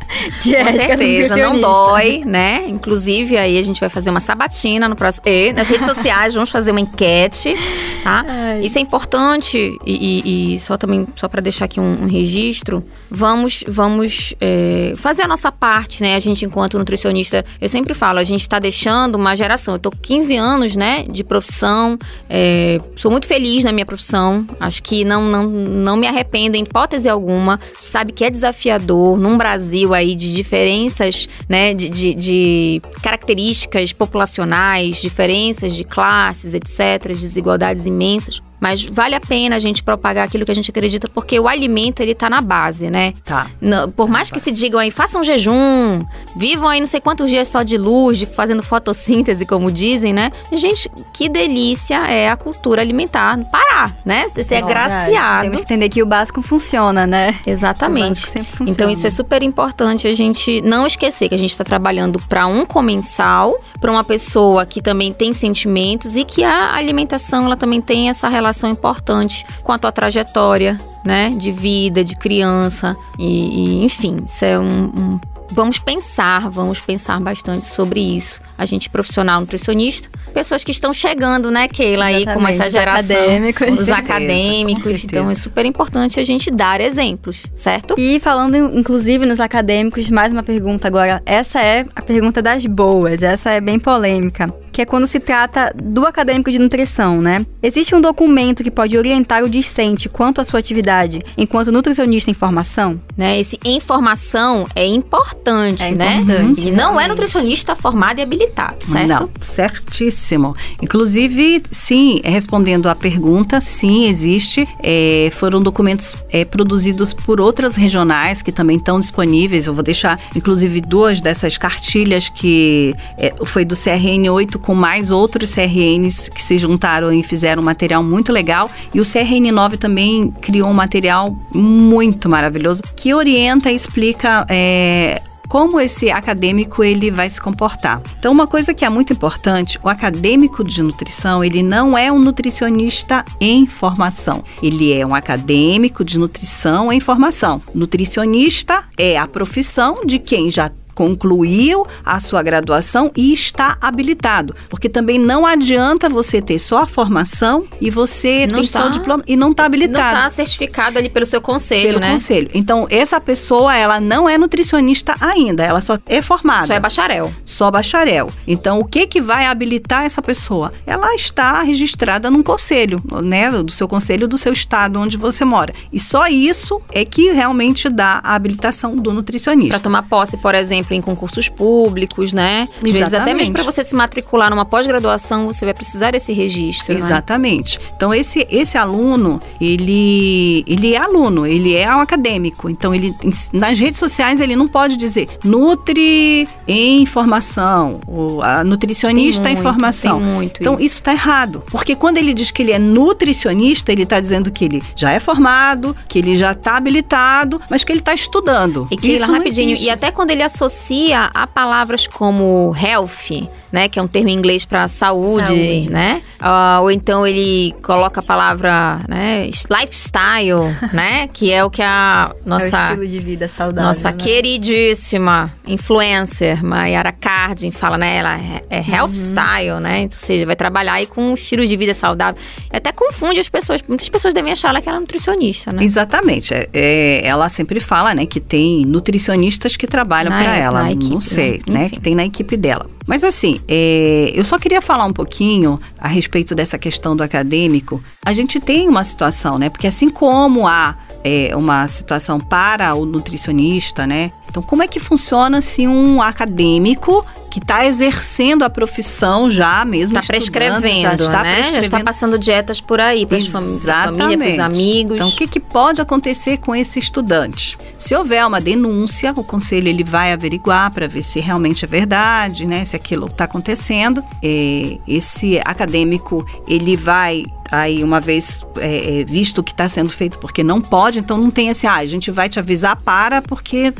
de
Com
ética
certeza, não
nutricionista.
dói, né? Inclusive, aí a gente vai fazer uma sabatina no próximo... E nas redes sociais vamos fazer uma enquete, tá?
Ai.
Isso é importante e, e, e só também, só para deixar aqui um, um registro, vamos, vamos é, fazer a nossa parte, né? A gente, enquanto nutricionista, eu sempre falo, a gente tá deixando uma geração. Eu tô com quinze anos, né, de profissão, é, sou muito feliz na minha profissão, acho que não, não, não me arrependo em hipótese alguma, sabe que é desafiador num Brasil aí de diferenças, né, de, de, de características populacionais, diferenças de classes, etcétera, desigualdades imensas. Mas vale a pena a gente propagar aquilo que a gente acredita, porque o alimento, ele tá na base, né?
Tá.
No, por mais que se digam aí, façam jejum, vivam aí não sei quantos dias só de luz, de fazendo fotossíntese, como dizem, né? Gente, que delícia é a cultura alimentar no Pará, né? Você ser
É verdade.
agraciado.
Temos que entender que o básico funciona, né?
Exatamente.
O básico sempre funciona.
Então isso é super importante a gente não esquecer que a gente está trabalhando para um comensal, para uma pessoa que também tem sentimentos e que a alimentação ela também tem essa relação importante com a tua trajetória, né, de vida, de criança e, e enfim, isso é um, um vamos pensar, vamos pensar bastante sobre isso. A gente profissional nutricionista, pessoas que estão chegando, né, Keila, aí com essa
Exatamente,
geração,
acadêmicos.
os
Com certeza,
acadêmicos,
com certeza.
então é super importante a gente dar exemplos, certo?
E falando, inclusive, nos acadêmicos, mais uma pergunta agora. Essa é a pergunta das boas, essa é bem polêmica, que é quando se trata do acadêmico de nutrição, né? Existe um documento que pode orientar o discente quanto à sua atividade enquanto nutricionista em formação?
Né, esse em formação é importante,
É
né?
importante,
E não é
realmente.
nutricionista formado e habilitado, certo?
Não, certíssimo. Inclusive, sim, respondendo à pergunta, sim, existe. É, foram documentos é, produzidos por outras regionais que também estão disponíveis. Eu vou deixar, inclusive, duas dessas cartilhas que é, foi do C R N oito com mais outros C R Ns que se juntaram e fizeram um material muito legal. E o C R N nove também criou um material muito maravilhoso que orienta e explica é, como esse acadêmico ele vai se comportar. Então, uma coisa que é muito importante, o acadêmico de nutrição, ele não é um nutricionista em formação. Ele é um acadêmico de nutrição em formação. Nutricionista é a profissão de quem já concluiu a sua graduação e está habilitado. Porque também não adianta você ter só a formação e você
Não
tem
tá-
só o diploma e não está
Não
habilitado.
está certificado ali pelo seu conselho,
Pelo
né?
conselho. Então, essa pessoa, ela não é nutricionista ainda, ela só é formada.
Só é bacharel.
Só bacharel. Então, o que que vai habilitar essa pessoa? Ela está registrada num conselho, né? Do seu conselho do seu estado onde você mora. E só isso é que realmente dá a habilitação do nutricionista.
Para tomar posse, por exemplo, em concursos públicos, né? Às vezes, até
Exatamente.
mesmo para você se matricular numa pós-graduação, você vai precisar desse registro, né?
Exatamente. Então, esse, esse aluno, ele, ele é aluno, ele é um acadêmico. Então, ele, nas redes sociais, ele não pode dizer nutri em formação, ou a nutricionista
Tem
em
muito,
formação.
tem muito
então,
isso.
isso está errado. Porque quando ele diz que ele é nutricionista, ele está dizendo que ele já é formado, que ele já está habilitado, mas que ele está estudando.
E Keila,
Isso não
rapidinho,
existe.
e até quando ele associa a palavras como health, né, que é um termo em inglês para saúde,
Saúde.
né? Ah, ou então ele coloca a palavra, né, lifestyle, né, que é o que a
É o
nossa
estilo de vida saudável,
nossa
né?
queridíssima influencer Mayara Cardin fala, né? Ela é, é health style, né? Ou seja, vai trabalhar aí com um estilo de vida saudável. E até confunde as pessoas. Muitas pessoas devem achar ela que ela é nutricionista, né?
Exatamente. É, é, ela sempre fala, né, que tem nutricionistas que trabalham
Na-
para ela.
na equipe,
Não sei,
né?
né?
Enfim.
Que tem na equipe dela. Mas assim, é, eu só queria falar um pouquinho a respeito dessa questão do acadêmico. A gente tem uma situação, né? Porque assim como há é, uma situação para o nutricionista, né? Então, como é que funciona se um acadêmico que está exercendo a profissão já mesmo
Está
estudando,
prescrevendo,
já está
né? Já está
prescrevendo.
passando dietas por aí, para a família, para os amigos.
Então, o que, que pode acontecer com esse estudante? Se houver uma denúncia, o conselho ele vai averiguar para ver se realmente é verdade, né? Se aquilo está acontecendo. É, esse acadêmico, ele vai aí uma vez é, visto o que está sendo feito porque não pode, então não tem esse, ah, a gente vai te avisar para porque, né,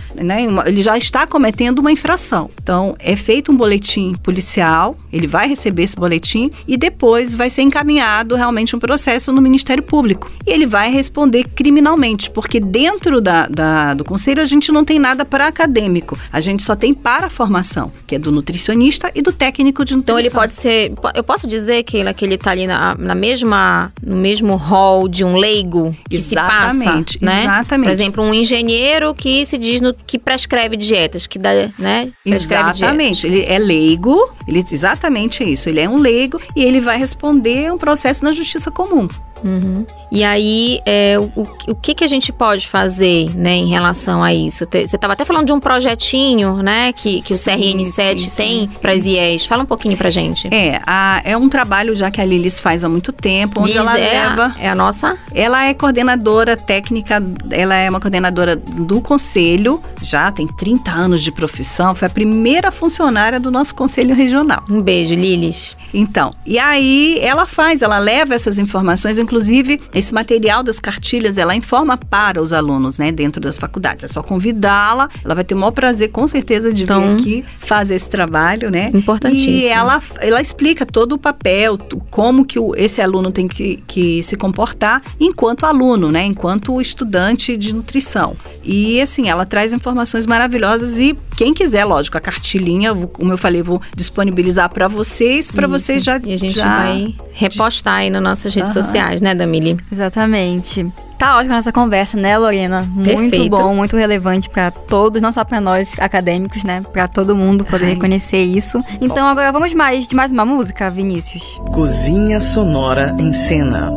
tem uma, ele já está cometendo uma infração. Então, é feito um boletim policial, ele vai receber esse boletim e depois vai ser encaminhado realmente um processo no Ministério Público. E ele vai responder criminalmente, porque dentro da, da, do conselho a gente não tem nada para acadêmico, a gente só tem para a formação, que é do nutricionista e do técnico de nutrição.
Então ele pode ser, eu posso dizer que ele, que ele tá ali na, na mesma, no mesmo hall de um leigo que
exatamente,
se passa, né?
Exatamente.
Por exemplo, um engenheiro que se diz no, que prescreve dietas, que dá, né? Prescreve
exatamente,
dietas.
Ele é leigo, ele, exatamente isso, ele é um leigo e ele vai responder um processo na justiça comum.
Uhum. E aí, é, o, o que, que a gente pode fazer, né, em relação a isso? Você estava até falando de um projetinho, né, que, que sim, o C R N sete sim, tem para as I E S. Fala um pouquinho pra gente.
É, a, é um trabalho já que a Lilis faz há muito tempo, onde
Liz
ela
é
leva...
A, é a nossa?
Ela é coordenadora técnica, ela é uma coordenadora do conselho, já tem trinta anos de profissão, foi a primeira funcionária do nosso conselho regional.
Um beijo, Lilis.
Então, e aí ela faz, ela leva essas informações, inclusive esse material das cartilhas, ela informa para os alunos, né, dentro das faculdades. É só convidá-la, ela vai ter o maior prazer, com certeza, de então, vir aqui fazer esse trabalho, né?
Importantíssimo.
E ela, ela explica todo o papel, como que o, esse aluno tem que, que se comportar enquanto aluno, né, enquanto estudante de nutrição. E, assim, ela traz informações maravilhosas e quem quiser, lógico, a cartilinha, como eu falei, vou disponibilizar para vocês, para vocês já...
E a gente
já...
vai repostar aí nas nossas redes uhum. sociais, né, Damili?
Exatamente. Tá ótima essa conversa, né, Lorena? Muito
Perfeito.
Bom, muito relevante para todos, não só para nós acadêmicos, né? Para todo mundo poder Ai. reconhecer isso. Então agora vamos mais de mais uma música, Vinícius.
Cozinha Sonora em Cena.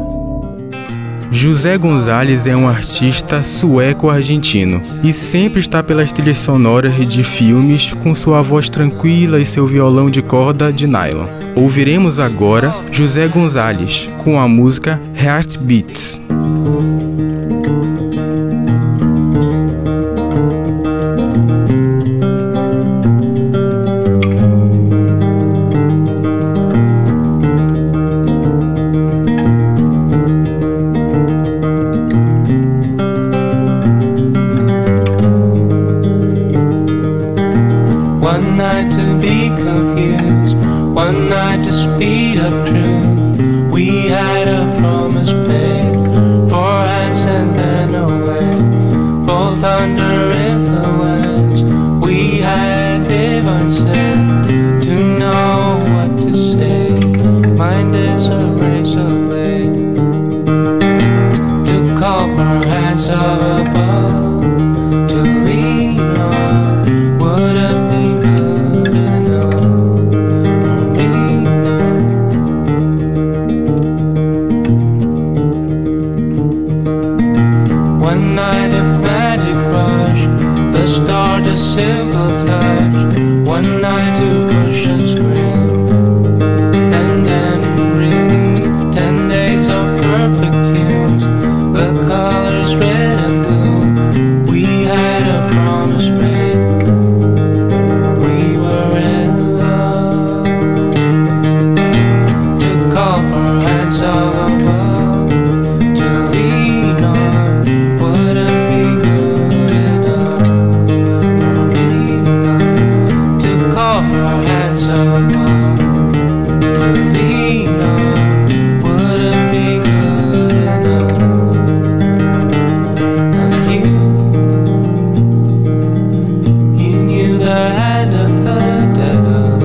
José Gonzalez é um artista sueco-argentino e sempre está pelas trilhas sonoras de filmes com sua voz tranquila e seu violão de corda de nylon. Ouviremos agora José Gonzalez com a música Heartbeats.
One night to be confused, one night to speed up truth. We had a promise made, four hands and then away. Both under influence, we had divine sense to know what to say. Mind is a razor blade to call for hands of above, to lean on. Would it be good enough for me now? One night of magic rush, the start a simple touch. One night to push and scream, and then relief. Ten days of perfect tunes, the colors red and blue. We had a promise made. We were in love, to call for hands of above, to lean on. Would it be good enough for me now? To call for hands of above, to lean on. Would it be good enough? And you, you knew the hand of the devil,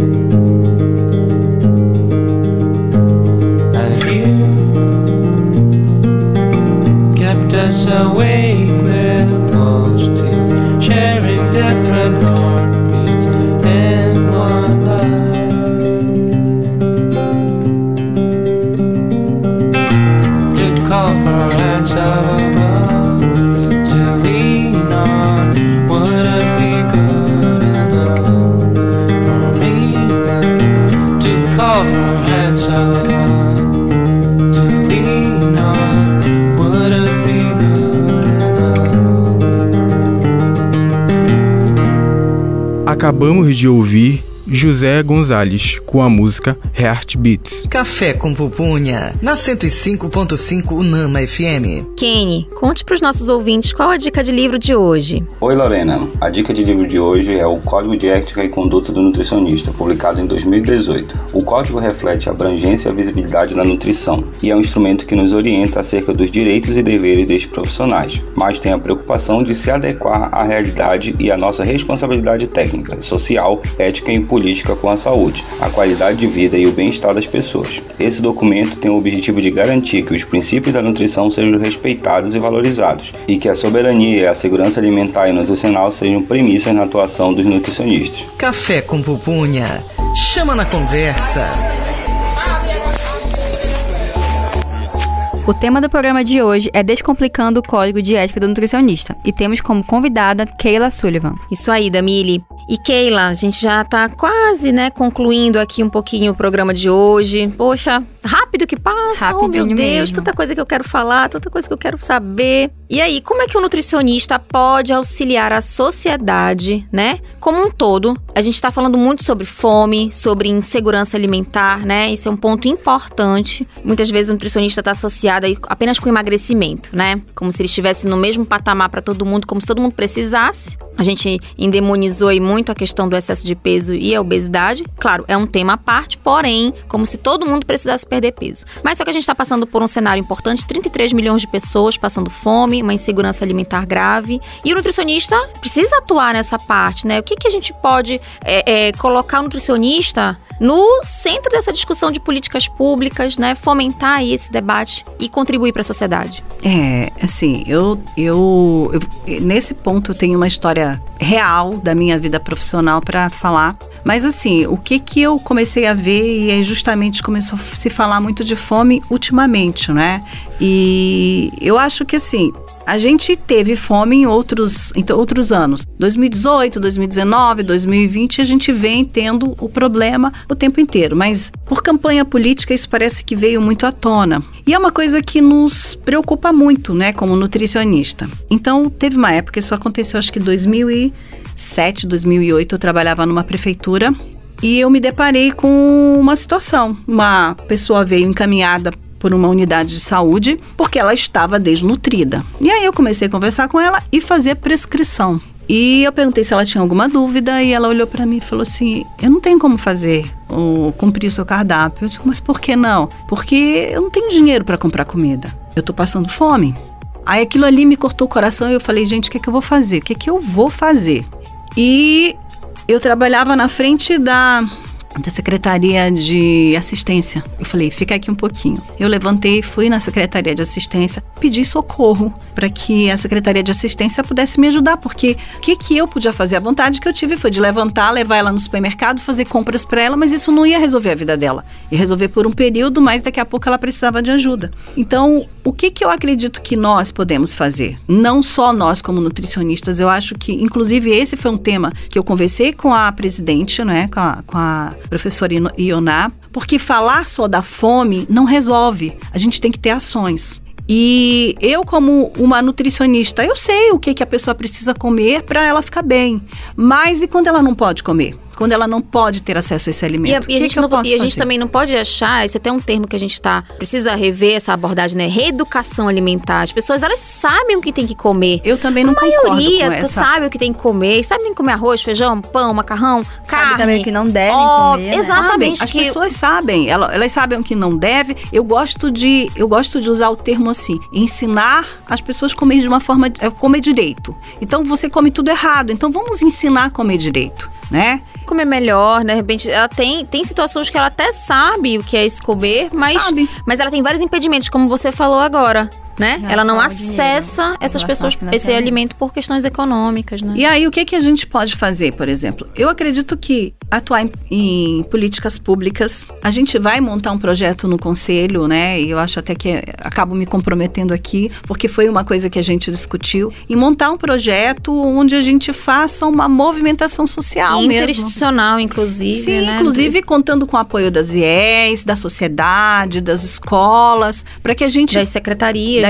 and you kept us awake with false teeth, sharing different heartbeats in one life. To call for hands of above, to lean on. Would it be good enough for me now? To call for hands of above, to lean on. Would it be good enough?
Acabamos de ouvir José Gonzalez, com a música Heart Beats.
Café com Pupunha, na cento e cinco ponto cinco Unama F M.
Kenny, conte para os nossos ouvintes qual a dica de livro de hoje.
Oi, Lorena. A dica de livro de hoje é o Código de Ética e Conduta do Nutricionista, publicado em dois mil e dezoito. O código reflete a abrangência e a visibilidade da nutrição e é um instrumento que nos orienta acerca dos direitos e deveres destes profissionais, mas tem a preocupação de se adequar à realidade e à nossa responsabilidade técnica, social, ética e política com a saúde, a qualidade de vida e o bem-estar das pessoas. Esse documento tem o objetivo de garantir que os princípios da nutrição sejam respeitados e valorizados e que a soberania e a segurança alimentar e nutricional sejam premissas na atuação dos nutricionistas.
Café com Pupunha, chama na conversa.
O tema do programa de hoje é Descomplicando o Código de Ética do Nutricionista e temos como convidada Keila Sullivan.
Isso aí, Damile. E Keila, a gente já tá quase, né, concluindo aqui um pouquinho o programa de hoje. Poxa, rápido que passa.
Rapidinho
oh, meu Deus,
mesmo.
Tanta coisa que eu quero falar, tanta coisa que eu quero saber. E aí, como é que o nutricionista pode auxiliar a sociedade, né, como um todo? A gente tá falando muito sobre fome, sobre insegurança alimentar, né? Isso é um ponto importante. Muitas vezes o nutricionista tá associado aí apenas com emagrecimento, né? Como se ele estivesse no mesmo patamar para todo mundo, como se todo mundo precisasse. A gente endemonizou aí muito a questão do excesso de peso e a obesidade. Claro, é um tema à parte, porém, como se todo mundo precisasse perder peso. Mas só que a gente está passando por um cenário importante, trinta e três milhões de pessoas passando fome, uma insegurança alimentar grave. E o nutricionista precisa atuar nessa parte, né? O que, que a gente pode é, é, colocar o nutricionista no centro dessa discussão de políticas públicas, né? Fomentar aí esse debate e contribuir para a sociedade.
É, assim, eu, eu, eu nesse ponto eu tenho uma história real da minha vida profissional para falar. Mas assim, o que que eu comecei a ver e é justamente começou a se falar muito de fome ultimamente, né? E eu acho que assim, a gente teve fome em outros, em outros anos. dois mil e dezoito, dois mil e dezenove, dois mil e vinte, a gente vem tendo o problema o tempo inteiro. Mas por campanha política isso parece que veio muito à tona. E é uma coisa que nos preocupa muito, né, como nutricionista. Então, teve uma época, isso aconteceu acho que em dois mil e sete, dois mil e oito, eu trabalhava numa prefeitura e eu me deparei com uma situação. Uma pessoa veio encaminhada por uma unidade de saúde, porque ela estava desnutrida. E aí eu comecei a conversar com ela e fazer prescrição. E eu perguntei se ela tinha alguma dúvida e ela olhou para mim e falou assim, eu não tenho como fazer, ou cumprir o seu cardápio. Eu disse, mas por que não? Porque eu não tenho dinheiro para comprar comida. Eu tô passando fome. Aí aquilo ali me cortou o coração e eu falei, gente, o que é que eu vou fazer? O que é que eu vou fazer? E eu trabalhava na frente da... da Secretaria de Assistência. Eu falei, fica aqui um pouquinho. Eu levantei, fui na Secretaria de Assistência, pedi socorro para que a Secretaria de Assistência pudesse me ajudar, porque o que, que eu podia fazer? A vontade que eu tive foi de levantar, levar ela no supermercado, fazer compras para ela, mas isso não ia resolver a vida dela. Ia resolver por um período, mas daqui a pouco ela precisava de ajuda. Então, o que, que eu acredito que nós podemos fazer? Não só nós como nutricionistas, eu acho que, inclusive, esse foi um tema que eu conversei com a presidente, né, com a, com a professora Ioná, porque falar só da fome não resolve. A gente tem que ter ações. E eu, como uma nutricionista, eu sei o que, que a pessoa precisa comer para ela ficar bem. Mas e quando ela não pode comer? Quando ela não pode ter acesso a esse alimento?
E a, e a,
que
gente,
que eu
não,
posso
e a gente
fazer?
também não pode achar, esse é até um termo que a gente tá, precisa rever essa abordagem, né? Reeducação alimentar. As pessoas, elas sabem o que tem que comer.
Eu também não
a
concordo com
maioria
essa.
sabe o que tem que comer. Sabem comer arroz, feijão, pão, macarrão,
Sabe
carne.
também o que não devem
Ó,
comer, né?
Exatamente.
Sabem, as
que
pessoas sabem, elas, elas sabem o que não deve. Eu gosto de, eu gosto de usar o termo assim, ensinar as pessoas a comer de uma forma, é, comer direito. Então você come tudo errado, então vamos ensinar a comer direito, né?
comer melhor, né? De repente, ela tem, tem situações que ela até sabe o que é esse comer, mas,
Sabe.
mas ela tem vários impedimentos, como você falou agora, né?
Não,
ela não
só o
acessa
dinheiro,
essas
relação
pessoas,
financeira.
esse alimento por questões econômicas, né?
E aí, o que, que a gente pode fazer, por exemplo? Eu acredito que atuar em, em políticas públicas, a gente vai montar um projeto no conselho, né? E eu acho até que é, acabo me comprometendo aqui, porque foi uma coisa que a gente discutiu, em montar um projeto onde a gente faça uma movimentação social mesmo.
Interinstitucional, inclusive,
Sim,
né?
inclusive contando com o apoio das I E S, da sociedade, das escolas, para que a gente...
Das secretarias,
das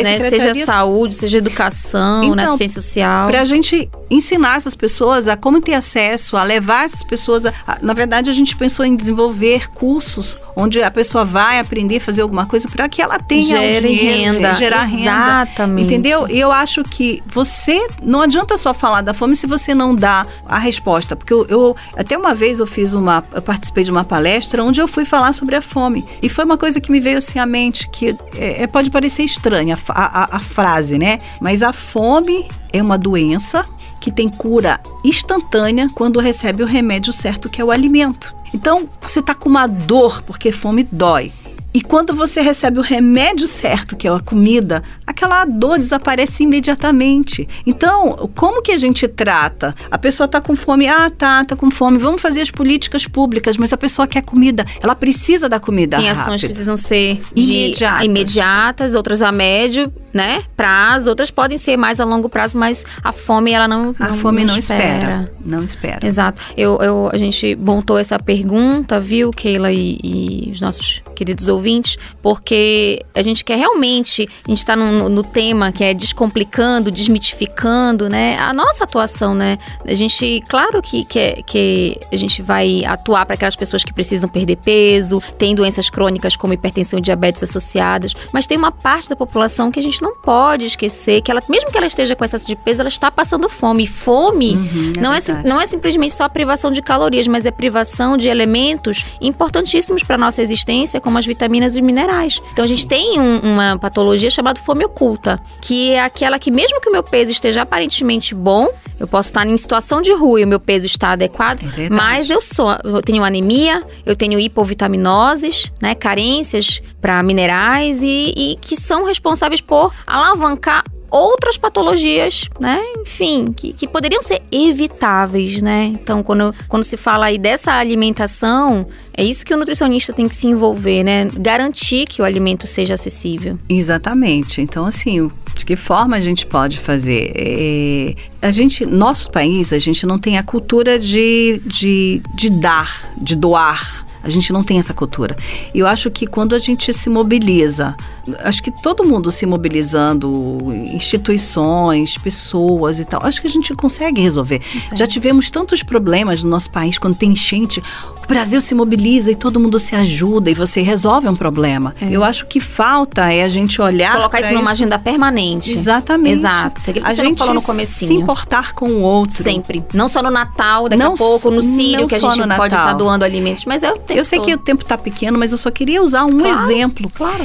das
né?
secretarias.
Seja saúde, seja educação,
Então,
né? Assistência social.
Para a gente ensinar essas pessoas a como ter acesso, a levar essas pessoas a, a, na verdade, a gente pensou em desenvolver cursos onde a pessoa vai aprender a fazer alguma coisa para que ela tenha
Gere
um dinheiro,
renda.
gerar renda.
Exatamente.
Entendeu? E eu acho que você, não adianta só falar da fome se você não dá a resposta, porque eu, eu até uma vez eu fiz uma, eu participei de uma palestra onde eu fui falar sobre a fome, e foi uma coisa que me veio assim à mente, que é, pode parecer estranha a, a, a frase, né? Mas a fome é uma doença que tem cura instantânea quando recebe o remédio certo, que é o alimento. Então, você está com uma dor, porque fome dói. E quando você recebe o remédio certo, que é a comida, aquela dor desaparece imediatamente. Então, como que a gente trata? A pessoa está com fome, ah, tá, tá com fome, vamos fazer as políticas públicas, mas a pessoa quer comida, ela precisa da comida
Tem
rápida.
ações que precisam ser de
Imediatas.
imediatas, outras a médio, né, prazo, outras podem ser mais a longo prazo, mas a fome, ela não
A
não,
fome não,
espera.
espera. Não espera.
Exato. Eu, eu, a gente montou essa pergunta, viu, Keila e, e os nossos queridos ouvintes, porque a gente quer realmente, a gente está no, no tema que é descomplicando, desmitificando, né, a nossa atuação, né, a gente, claro que, que, que a gente vai atuar para aquelas pessoas que precisam perder peso, tem doenças crônicas como hipertensão e diabetes associadas, mas tem uma parte da população que a gente não pode esquecer, que ela, mesmo que ela esteja com excesso de peso, ela está passando fome. E fome
Uhum, é
não, é,
verdade.
não é simplesmente só a privação de calorias, mas é privação de elementos importantíssimos para a nossa existência, como as vitaminas e minerais. Então, a gente tem um, uma patologia chamada fome oculta, que é aquela que, mesmo que o meu peso esteja aparentemente bom, eu posso estar em situação de rua e o meu peso está adequado,
É verdade.
mas eu sou, eu tenho anemia, eu tenho hipovitaminoses, né, carências para minerais e, e que são responsáveis por alavancar outras patologias, né? Enfim, que, que poderiam ser evitáveis, né? Então, quando, quando se fala aí dessa alimentação, é isso que o nutricionista tem que se envolver, né? Garantir que o alimento seja acessível.
Exatamente. Então, assim, de que forma a gente pode fazer? É, a gente, nosso país, a gente não tem a cultura de, de, de dar, de doar. A gente não tem essa cultura. E eu acho que quando a gente se mobiliza, acho que todo mundo se mobilizando, instituições, pessoas e tal, acho que a gente consegue resolver. Já tivemos tantos problemas no nosso país, quando tem enchente, o Brasil se mobiliza e todo mundo se ajuda e você resolve um problema. É. Eu acho que falta é a gente olhar
colocar isso numa agenda permanente.
Exatamente.
Exato. Foi aquilo que
a
você
gente
falou no comecinho.
Se importar com o outro.
Sempre. Não só no Natal, daqui
não,
a pouco, no Sírio, que a gente
no
pode estar doando alimentos, mas é o tempo
Eu sei
todo.
que o tempo está pequeno, mas eu só queria usar um
claro,
exemplo.
Claro.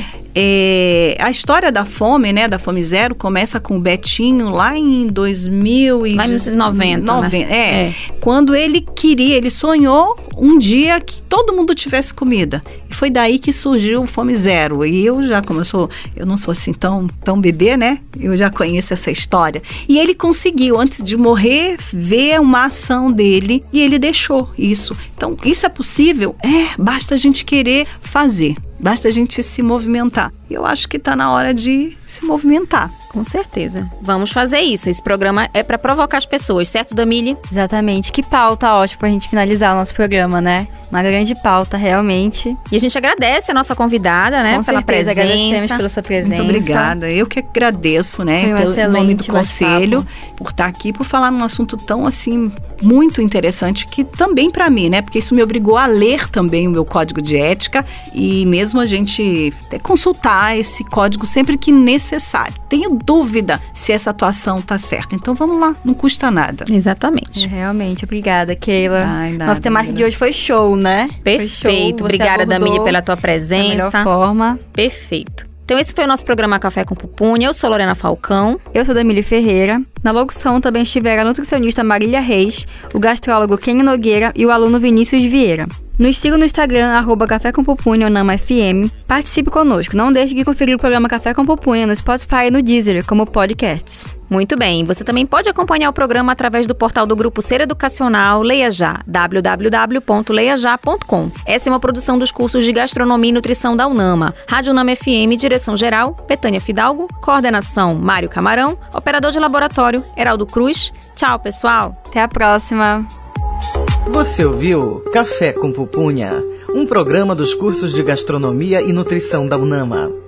É, a história da fome, né, da Fome Zero, começa com o Betinho lá em dois mil e
Lá em mil novecentos e noventa,
noventa,
né?
é,
é.
Quando ele queria, ele sonhou um dia que todo mundo tivesse comida. E foi daí que surgiu o Fome Zero. E eu já, como eu sou, eu não sou assim tão, tão bebê, né? Eu já conheço essa história. E ele conseguiu, antes de morrer, ver uma ação dele e ele deixou isso. Então, isso é possível? É, basta a gente querer fazer. Basta a gente se movimentar. E eu acho que está na hora de se movimentar.
Com certeza. Vamos fazer isso. Esse programa é para provocar as pessoas, certo, Damile?
Exatamente. Que pauta ótima pra gente finalizar o nosso programa, né? Uma grande pauta, realmente.
E a gente agradece a nossa convidada, né?
Com
pela
certeza,
presença.
agradecemos pela sua presença.
Muito obrigada. Eu que agradeço, né?
Foi um
pelo
excelente
nome do conselho,
bate-papo.
por estar aqui, por falar num assunto tão, assim, muito interessante, que também para mim, né? Porque isso me obrigou a ler também o meu código de ética e mesmo a gente consultar esse código sempre que necessário. Tenho dúvida se essa atuação tá certa. Então vamos lá, não custa nada.
Exatamente.
É, realmente, obrigada, Keila.
Ai, nada,
Nosso temático de hoje foi show, né?
Perfeito.
Show,
Obrigada, Damile, pela tua
da
presença.
melhor forma.
Perfeito. Então esse foi o nosso programa Café com Pupunha. Eu sou Lorena Falcão.
Eu sou Damile Ferreira. Na locução também estiveram a nutricionista Marília Reis, o gastrólogo Kenny Nogueira e o aluno Vinícius Vieira. Nos siga no Instagram, arroba Café com Pupunha ou Nama F M. Participe conosco. Não deixe de conferir o programa Café com Pupunha no Spotify e no Deezer, como podcasts.
Muito bem. Você também pode acompanhar o programa através do portal do Grupo Ser Educacional Leia Já, w w w ponto leia já ponto com. Essa é uma produção dos cursos de Gastronomia e Nutrição da UNAMA. Rádio UNAMA F M, direção geral, Betânia Fidalgo, coordenação, Mário Camarão, operador de laboratório, Heraldo Cruz. Tchau, pessoal.
Até a próxima.
Você ouviu Café com Pupunha, um programa dos cursos de Gastronomia e Nutrição da UNAMA.